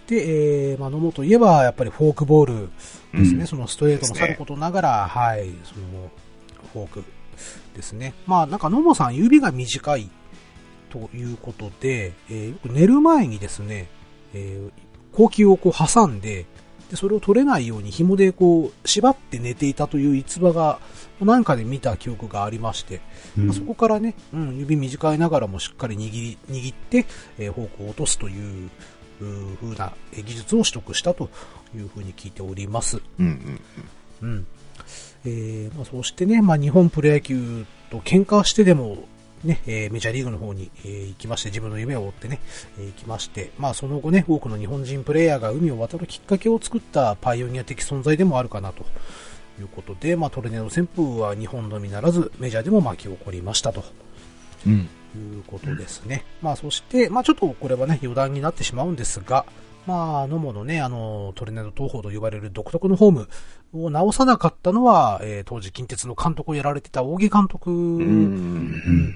えー、まあ、野茂といえば、やっぱりフォークボールですね。うん、そのストレートもさることながら、ね、はい、その、フォークですね。まあ、なんか野茂さん指が短いということで、えー、よく寝る前にですね、えー、硬球をこう挟んで、で、それを取れないように紐でこう、縛って寝ていたという逸話が、何かで見た記憶がありまして、うん、まあ、そこからね、うん、指短いながらもしっかり握り、握って、えー、フォークを落とすという、風な技術を取得したというふうに聞いております。うんうんうん。うん。えー、まあそしてね、まあ日本プロ野球と喧嘩してでもね、えー、メジャーリーグの方に、えー、行きまして、自分の夢を追ってね、えー、行きまして、まあその後ね、多くの日本人プレイヤーが海を渡るきっかけを作ったパイオニア的存在でもあるかなということで、まあトルネード旋風は日本のみならずメジャーでも巻き起こりましたと。うん。いうことですね。まあそして、まあちょっとこれはね、余談になってしまうんですが、まあ野茂のね、あの、トルネード投法と呼ばれる独特のフォームを直さなかったのは、えー、当時近鉄の監督をやられてた扇監督、うん、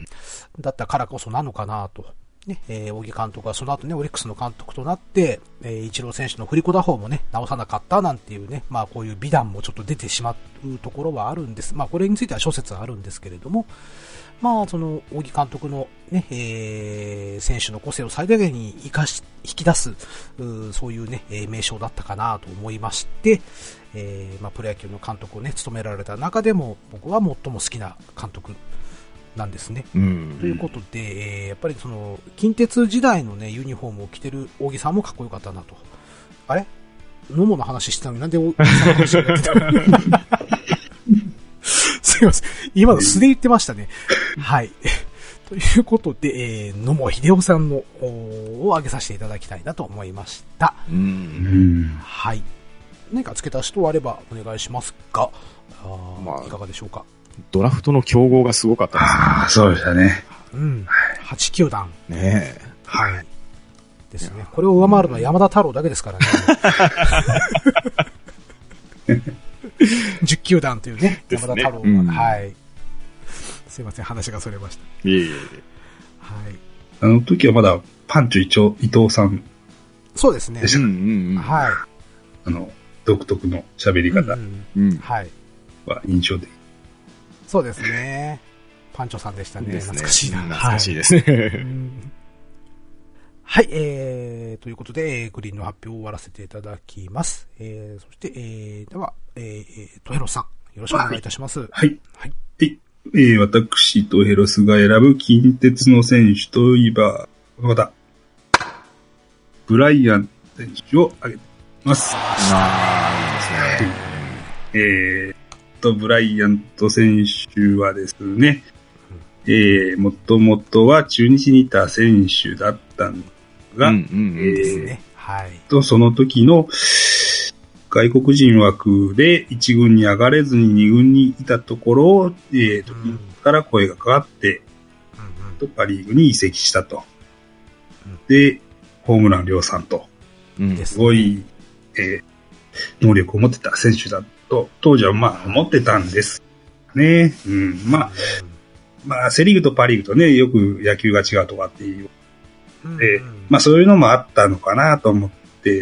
だったからこそなのかなと。ね、えー、扇監督はその後ね、オリックスの監督となって、えー、イチロー選手の振り子打法もね、直さなかったなんていうね、まあこういう美談もちょっと出てしまうところはあるんです。まあこれについては諸説あるんですけれども、まあ、その、扇監督のね、えー、選手の個性を最大限に活かし、引き出す、うそういうね、名称だったかなと思いまして、えー、まあ、プロ野球の監督をね、務められた中でも、僕は最も好きな監督なんですね。うん、ということで、えー、やっぱりその、近鉄時代のね、ユニフォームを着てる扇さんもかっこよかったなと。あれ野茂の話してたのになんで扇さんの話をやってたすいません。今の素で言ってましたね。はい。ということで、えー、野茂英雄さんのを挙げさせていただきたいなと思いました。うん、はい。何か付け足しとあればお願いしますが、あ、まあ、いかがでしょうか。 ドラフトの競合がすごかったですね。 ああ、そうでしたね。 うん。はち球団。 ねえ。 はい。ですね。これを上回るのは山田太郎だけですからね。じゅう球団というね、山田太郎が、うん、はい。すいません、話がそれました。 いえいえいえ。 はい。 あの時はまだパンチ伊藤さん。 そうですね。 でした。 うんうんうん、 はい。 あの、独特の喋り方はい。 は印象的。 そうですね。パンチョさんでしたね。懐かしいな。 懐かしいですね。はい、 はい、えー、ということで、グリーンの発表を終わらせていただきます。えー、そして、えー、では、えー、トヘロスさん、よろしくお願いいたします。はい。 はい。はい。で、えー、私、トヘロスが選ぶ近鉄の選手といえば、この方、ブライアン選手を挙げています。あー、いいですね。えーと、ブライアント選手はですね、えー、もともとは中日にいた選手だったんですが、うんうんうん、えー、ね、はい。と、その時の外国人枠で一軍に上がれずに二軍にいたところを、えー、と、うん、から声がかかって、うんうん、とパリーグに移籍したと。うん、で、ホームラン量産と、うん、すごい、えー、能力を持ってた選手だと、当時はまあ思ってたんですね。うん、まあ、まあ、セリーグとパリーグとね、よく野球が違うとかっていう。で、まあそういうのもあったのかなと思って、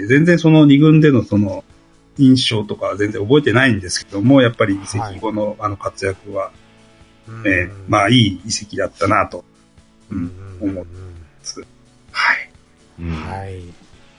全然その二軍でのその印象とかは全然覚えてないんですけども、やっぱり移籍後のあの活躍は、ね、まあいい移籍だったなと、うん、思ってます。はい。 はい。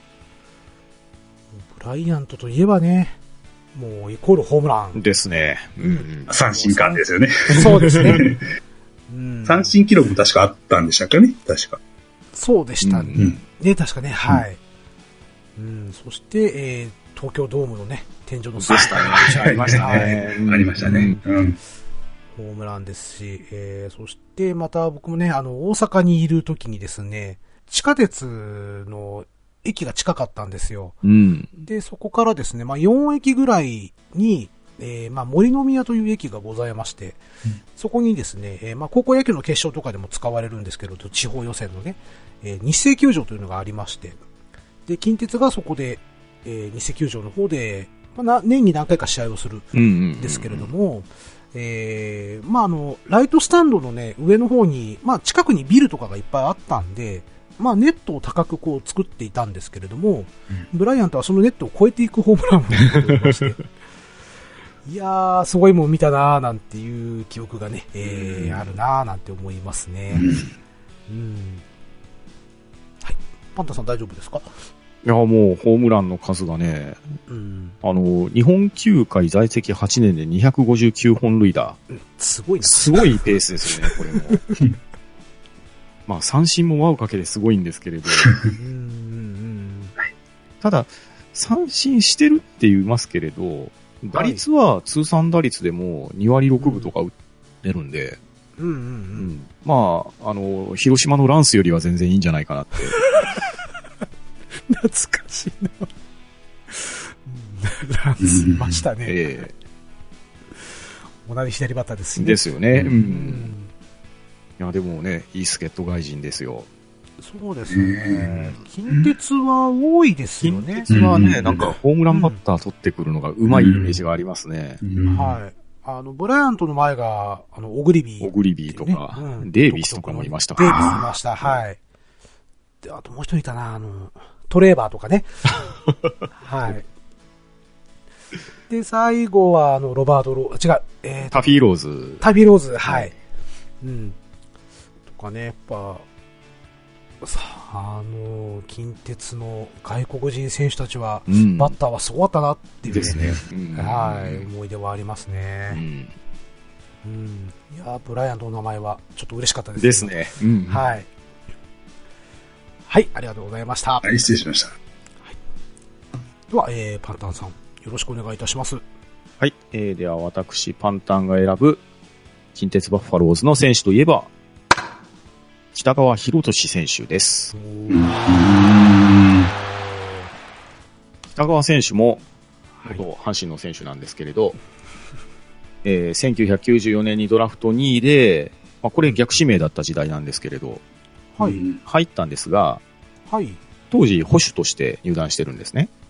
ブライアントといえばね、もうイコールホームラン。 ですね。 うん、三振感ですよね。 そうですね。 うん、三振記録も確かあったんでしたっけね、確か。 そうでしたね。うん、ね、確かね、はい。うん、うん、そして、えー、東京ドームのね、天井のスースターがありましたね。ありましたね。うん、 ホームランですし、えー、そしてまた僕もね、あの、大阪にいる時にですね、地下鉄の駅が近かったんですよ。うん、で、そこからですね、まあ、よん駅ぐらいに、えー、まあ、森の宮という駅がございまして、うん、そこにですね、えー、まあ、高校野球の決勝とかでも使われるんですけど、地方予選のね、えー、日生球場というのがありまして、で、近鉄がそこで、えー、日生球場の方で、まあ、年に何回か試合をするんですけれども、えー、まあ、あの、ライトスタンドのね、上の方に、まあ、近くにビルとかがいっぱいあったんで、まあ、ネットを高くこう作っていたんですけれども、うん、ブライアントはそのネットを越えていくホームランを打っておりまして、いやー、すごいもん見たなーなんていう記憶がね、えーうん、あるなーなんて思いますね。うん。うん、はい。パンタさん大丈夫ですか？ いや、もうホームランの数がね、うん、あの、日本球界在籍はちねんでにひゃくごじゅうきゅうほん塁打。 うん、すごいな。 すごいペースですよね、これも。まあ、三振も輪をかけてすごいんですけれど。ただ、三振してるって言いますけれど、打率は通算打率でもにわりろくぶとか打ってるんで、うんうんうんうん、まあ、あの、広島のランスよりは全然いいんじゃないかなって。 懐かしいな。ランスいましたね。えー、同じ左バッターですしね。 ですよね。うん、いや、でもね、いい助っ人外人ですよ。 そうですね。近鉄は多いですよね。 近鉄はね、なんかホームランバッター取ってくるのが上手いイメージがありますね。 うんうん、はい。あの、ブライアントの前が、あの、オグリビー、 ね。オグリビーとか、うん、デイビスとかもいましたかデイビスいました。はい。で、あともう一人いたな、あの、トレーバーとかね。はい。で、最後は、あの、ロバートロー、違う、 えー、タフィーローズ。 タフィーローズ、はい。はい、うん。とかね、やっぱ、さあ、あの、近鉄の外国人選手たちは、うん、バッターはすごかったなっていう、ね、ですね。うん、はい、思い出はありますね。うん。うん、いや、ブライアントの名前はちょっと嬉しかったですですね。うん、 はい。はい、ありがとうございました。 はい、失礼しました。はい、 では、えー、パンタンさん、よろしくお願いいたします。 はい、えー、では私、パンタンが選ぶ、近鉄バッファローズの選手といえば、北川博俊選手です。北川選手も、元阪神の選手なんですけれど、はい、えー、せんきゅうひゃくきゅうじゅうよねんにドラフトにいで、まあ、これ逆指名だった時代なんですけれど、はい、入ったんですが、はい、当時捕手として入団してるんですね。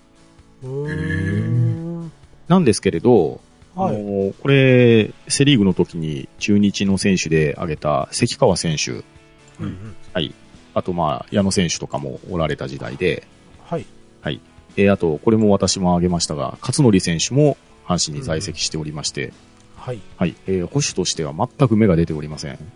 なんですけれど、はい、あのこれセリーグの時に中日の選手で挙げた関川選手、うんうん、はい、あとまあ矢野選手とかもおられた時代で、はい、 はい。えー、あと、これも私も挙げましたが、勝則選手も阪神に在籍しておりまして、うん、 はい。 はい。えー、保守としては全く芽が出ておりません。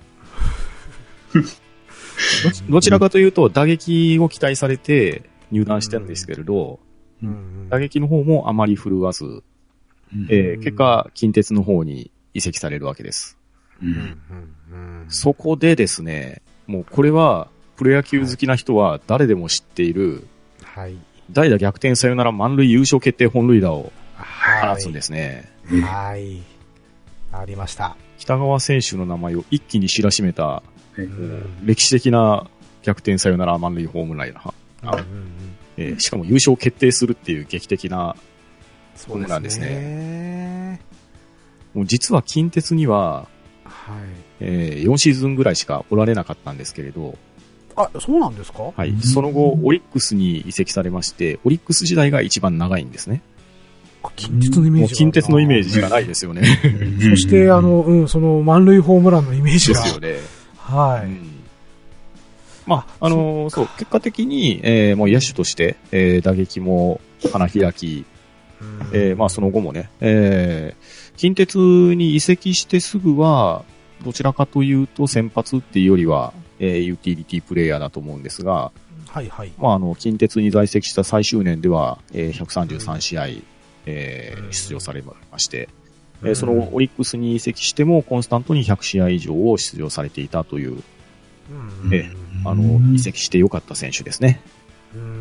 ど, どちらかというと、打撃を期待されて入団してるんですけれど、うん、打撃の方もあまり振るわず、うん、えー、結果、近鉄の方に移籍されるわけです。うん、そこでですね、もうこれは、プロ野球好きな人は誰でも知っている、はい、代打逆転サヨナラ満塁優勝決定本塁打を放つんですね。 はい。はい、ありました。 北川選手の名前を一気に知らしめた、うん、歴史的な逆転サヨナラ満塁ホームラン、うんうんうん、えー、しかも優勝決定するっていう劇的なホームランですね。そうですね。もう実は近鉄には、はい、えー、よんシーズンぐらいしかおられなかったんですけれど、 あ、そうなんですか？ はい。その後、オリックスに移籍されまして、オリックス時代が一番長いんですね。 近鉄のイメージが。 近鉄のイメージしかないですよね。 そして、あの、うん、その満塁ホームランのイメージが。 ですよね。 はい。うん、 まあ、あのー、そう、結果的に、えー、もう野手として、えー、打撃も花開き、えー、まあ、その後もね、えー、近鉄に移籍してすぐは、どちらかというと先発っていうよりは、えー、ユーティリティプレイヤーだと思うんですが、 はいはい。 まあ、あの、近鉄に在籍した最終年では、えー、ひゃくさんじゅうさんしあい、えー、出場されまして、えー、そのオリックスに移籍してもコンスタントにひゃくしあい以上を出場されていたという、えー、あの、移籍してよかった選手ですね。うん。うん。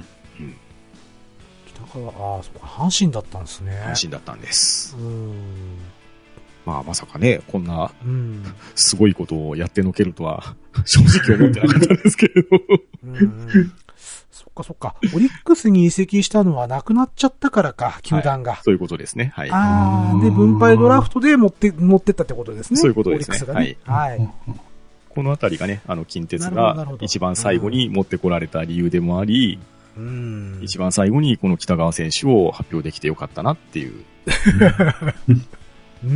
うん。北川、ああ、そうか、阪神だったんですね。 阪神だったんです。うん。まあまさかね、こんな、すごいことをやってのけるとは、正直思ってなかったんですけれど。うん、 そっかそっか。オリックスに移籍したのはなくなっちゃったからか、球団が。はい、 そういうことですね。はい。 ああ、で、分配ドラフトで持って、持ってったってことですね。 そういうことですね。 オリックスがね。はい。はい、 このあたりがね、あの、近鉄が一番最後に持ってこられた理由でもあり、うん、一番最後にこの北川選手を発表できてよかったなっていう。 うんうんうん。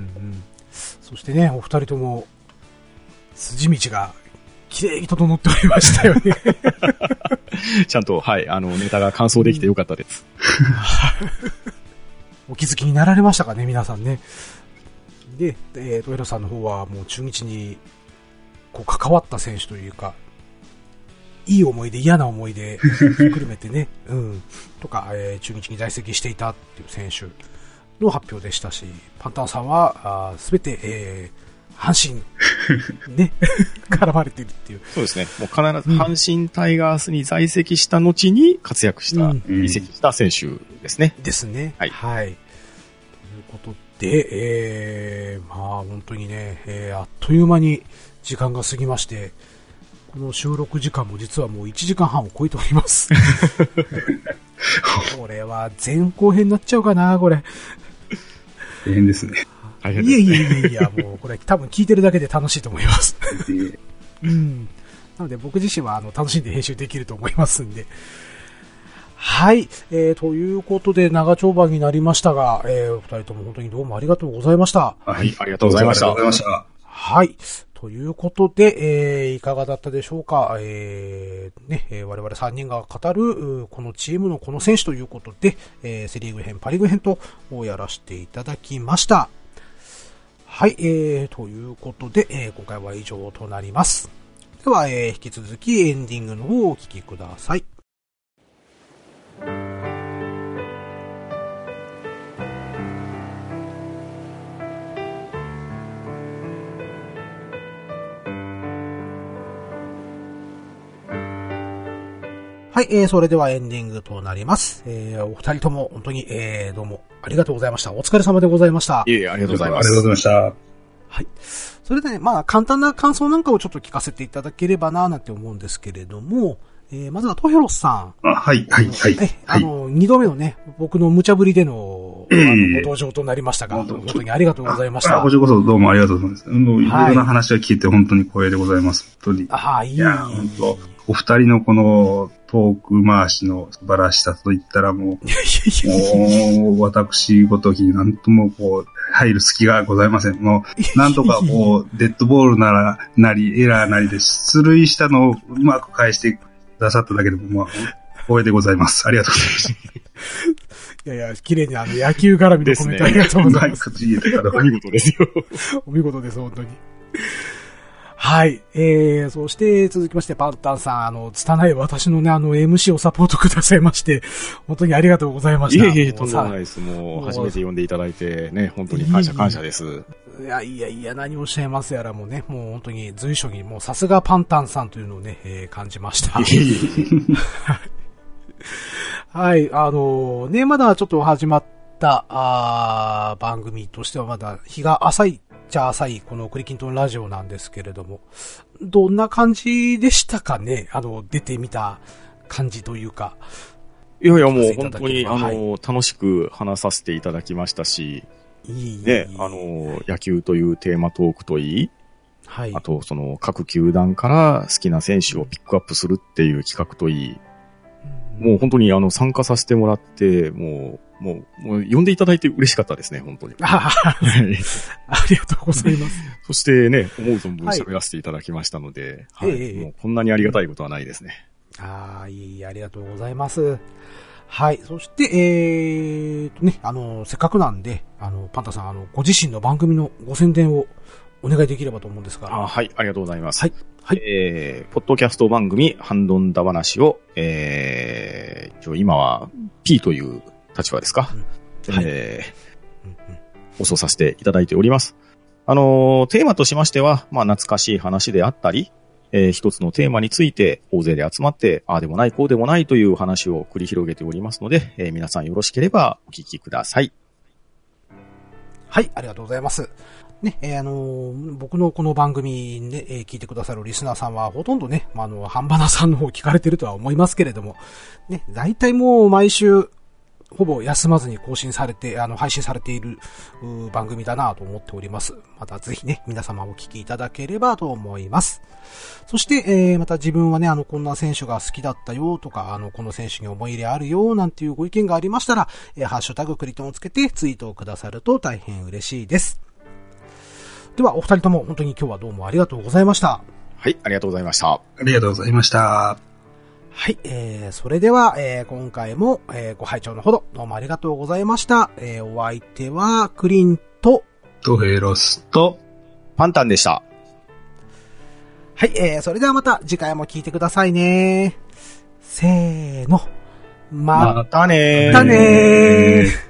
そしてね、お二人とも、筋道が、綺麗に整っておりましたよね。 ちゃんと、はい、あの、ネタが完走できてよかったです。 お気づきになられましたかね、皆さんね。で、えー、トヘロさんの方は、もう中日に、こう、関わった選手というか、いい思い出、嫌な思い出、ひっくるめてね、うん、とか、えー、中日に在籍していたっていう選手、の発表でしたし、パンタンさんはすべて、えー、阪神ね絡まれているっていう。 そうですね。もう必ず阪神タイガースに在籍した後に活躍した、うん、移籍した選手ですね。 ですね。はい。はい。ということで、えー、まあ本当にね、えー、あっという間に時間が過ぎまして、この収録時間も実はもういちじかんはんを超えております。これは前後編になっちゃうかな、これ。 大変ですね。 大変ですね。いやいやいやいや、もうこれ多分聞いてるだけで楽しいと思います。うん。なので僕自身はあの楽しんで編集できると思いますんで。はい。えー、ということで長丁場になりましたが、えー、お二人とも本当にどうもありがとうございました。 はい。ありがとうございました。ありがとうございました。 はい。ということで、えー、いかがだったでしょうか。えー、ね、えー、我々さんにんが語る、このチームのこの選手ということで、えー、セリーグ編、パリーグ編とやらせていただきました。はい、えー、ということで、えー、今回は以上となります。では、えー、引き続きエンディングの方をお聞きください。はい、えー、それではエンディングとなります。えー、お二人とも本当に、えー、どうもありがとうございました。お疲れ様でございました。 いえいえ、ありがとうございます。 ありがとうございました。 はい。それでね、まあ、簡単な感想なんかをちょっと聞かせていただければな、なんて思うんですけれども、えー、まずはトヘロスさん。 あ、はい、はい、はい。 え、あの、二、はい、度目のね、僕の無茶ぶりでの、えー、あのご登場となりましたが、本当にありがとうございました。 あ、こちらこそどうもありがとうございます。いろいろな話を聞いて本当に光栄でございます。本当に。 あ、いい。いや、本当。お二人のこのトーク回しの素晴らしさといったらもう、もう私ごときになんともこう入る隙がございません。もうなんとかこうデッドボールならなりエラーなりで出塁したのをうまく返してくださっただけでもまあ光栄でございます。ありがとうございます。 いやいや、綺麗にあの野球絡みのコメントありがとうございます。 ですね、 お見事ですよ。 お見事です、本当に。はい。えー、そして続きまして、パンタンさん、あの、拙い私のね、あの、エムシー をサポートくださいまして、本当にありがとうございました。 いえいえ、とんでもないです。もう、初めて呼んでいただいて、ね、本当に感謝感謝です。 いやいやいや、何をおっしゃいますやらもうね、もう本当に随所に、もうさすがパンタンさんというのをね、えー、感じました。いえいえはい、あのー、ね、まだちょっと始まった、あ番組としてはまだ日が浅い。じゃあ浅いこのクリキントンラジオなんですけれども、どんな感じでしたかね、あの出てみた感じというか。 いやいやもう本当にあの、はい、楽しく話させていただきましたし、いいね、あの野球というテーマトークといい、はい、あとその各球団から好きな選手をピックアップするっていう企画といい、うん、もう本当にあの参加させてもらってもう。もう、もう呼んでいただいて嬉しかったですね、本当に。ありがとうございます。 そしてね、思う存分喋らせていただきましたので、はいはい、えー、もうこんなにありがたいことはないですね。 ああ、いい、ありがとうございます。はい。そして、えーとね、あの、せっかくなんで、あの、パンタさん、あの、ご自身の番組のご宣伝をお願いできればと思うんですが。 あはい、ありがとうございます。 はい。はい。 えー、ポッドキャスト番組、ハンドンダ話を、えー、今は P という立場ですか、うん、はい、えー、うんうん、放送させていただいております。あのー、テーマとしましては、まあ、懐かしい話であったり、えー、一つのテーマについて大勢で集まって、ああでもない、こうでもないという話を繰り広げておりますので、えー、皆さんよろしければお聞きください。 はい、ありがとうございます。ね、えー、あのー、僕のこの番組で、えー、聞いてくださるリスナーさんはほとんどね、まあ、あの、ハンバナさんの方聞かれてるとは思いますけれども、ね、大体もう毎週、ほぼ休まずに更新されて、あの、配信されている番組だなと思っております。またぜひね、皆様お聞きいただければと思います。そして、えー、また自分はね、あの、こんな選手が好きだったよとか、あの、この選手に思い入れあるよなんていうご意見がありましたら、えー、ハッシュタグクリトンをつけてツイートをくださると大変嬉しいです。では、お二人とも本当に今日はどうもありがとうございました。 はい、ありがとうございました。ありがとうございました。 はい、えー、それでは、えー、今回も、えー、ご拝聴のほど、どうもありがとうございました。えー、お相手は、クリント、 トヘロスと、 パンタンでした。 はい、えー、それではまた次回も聞いてくださいね。せーの。 またねー。 またねー。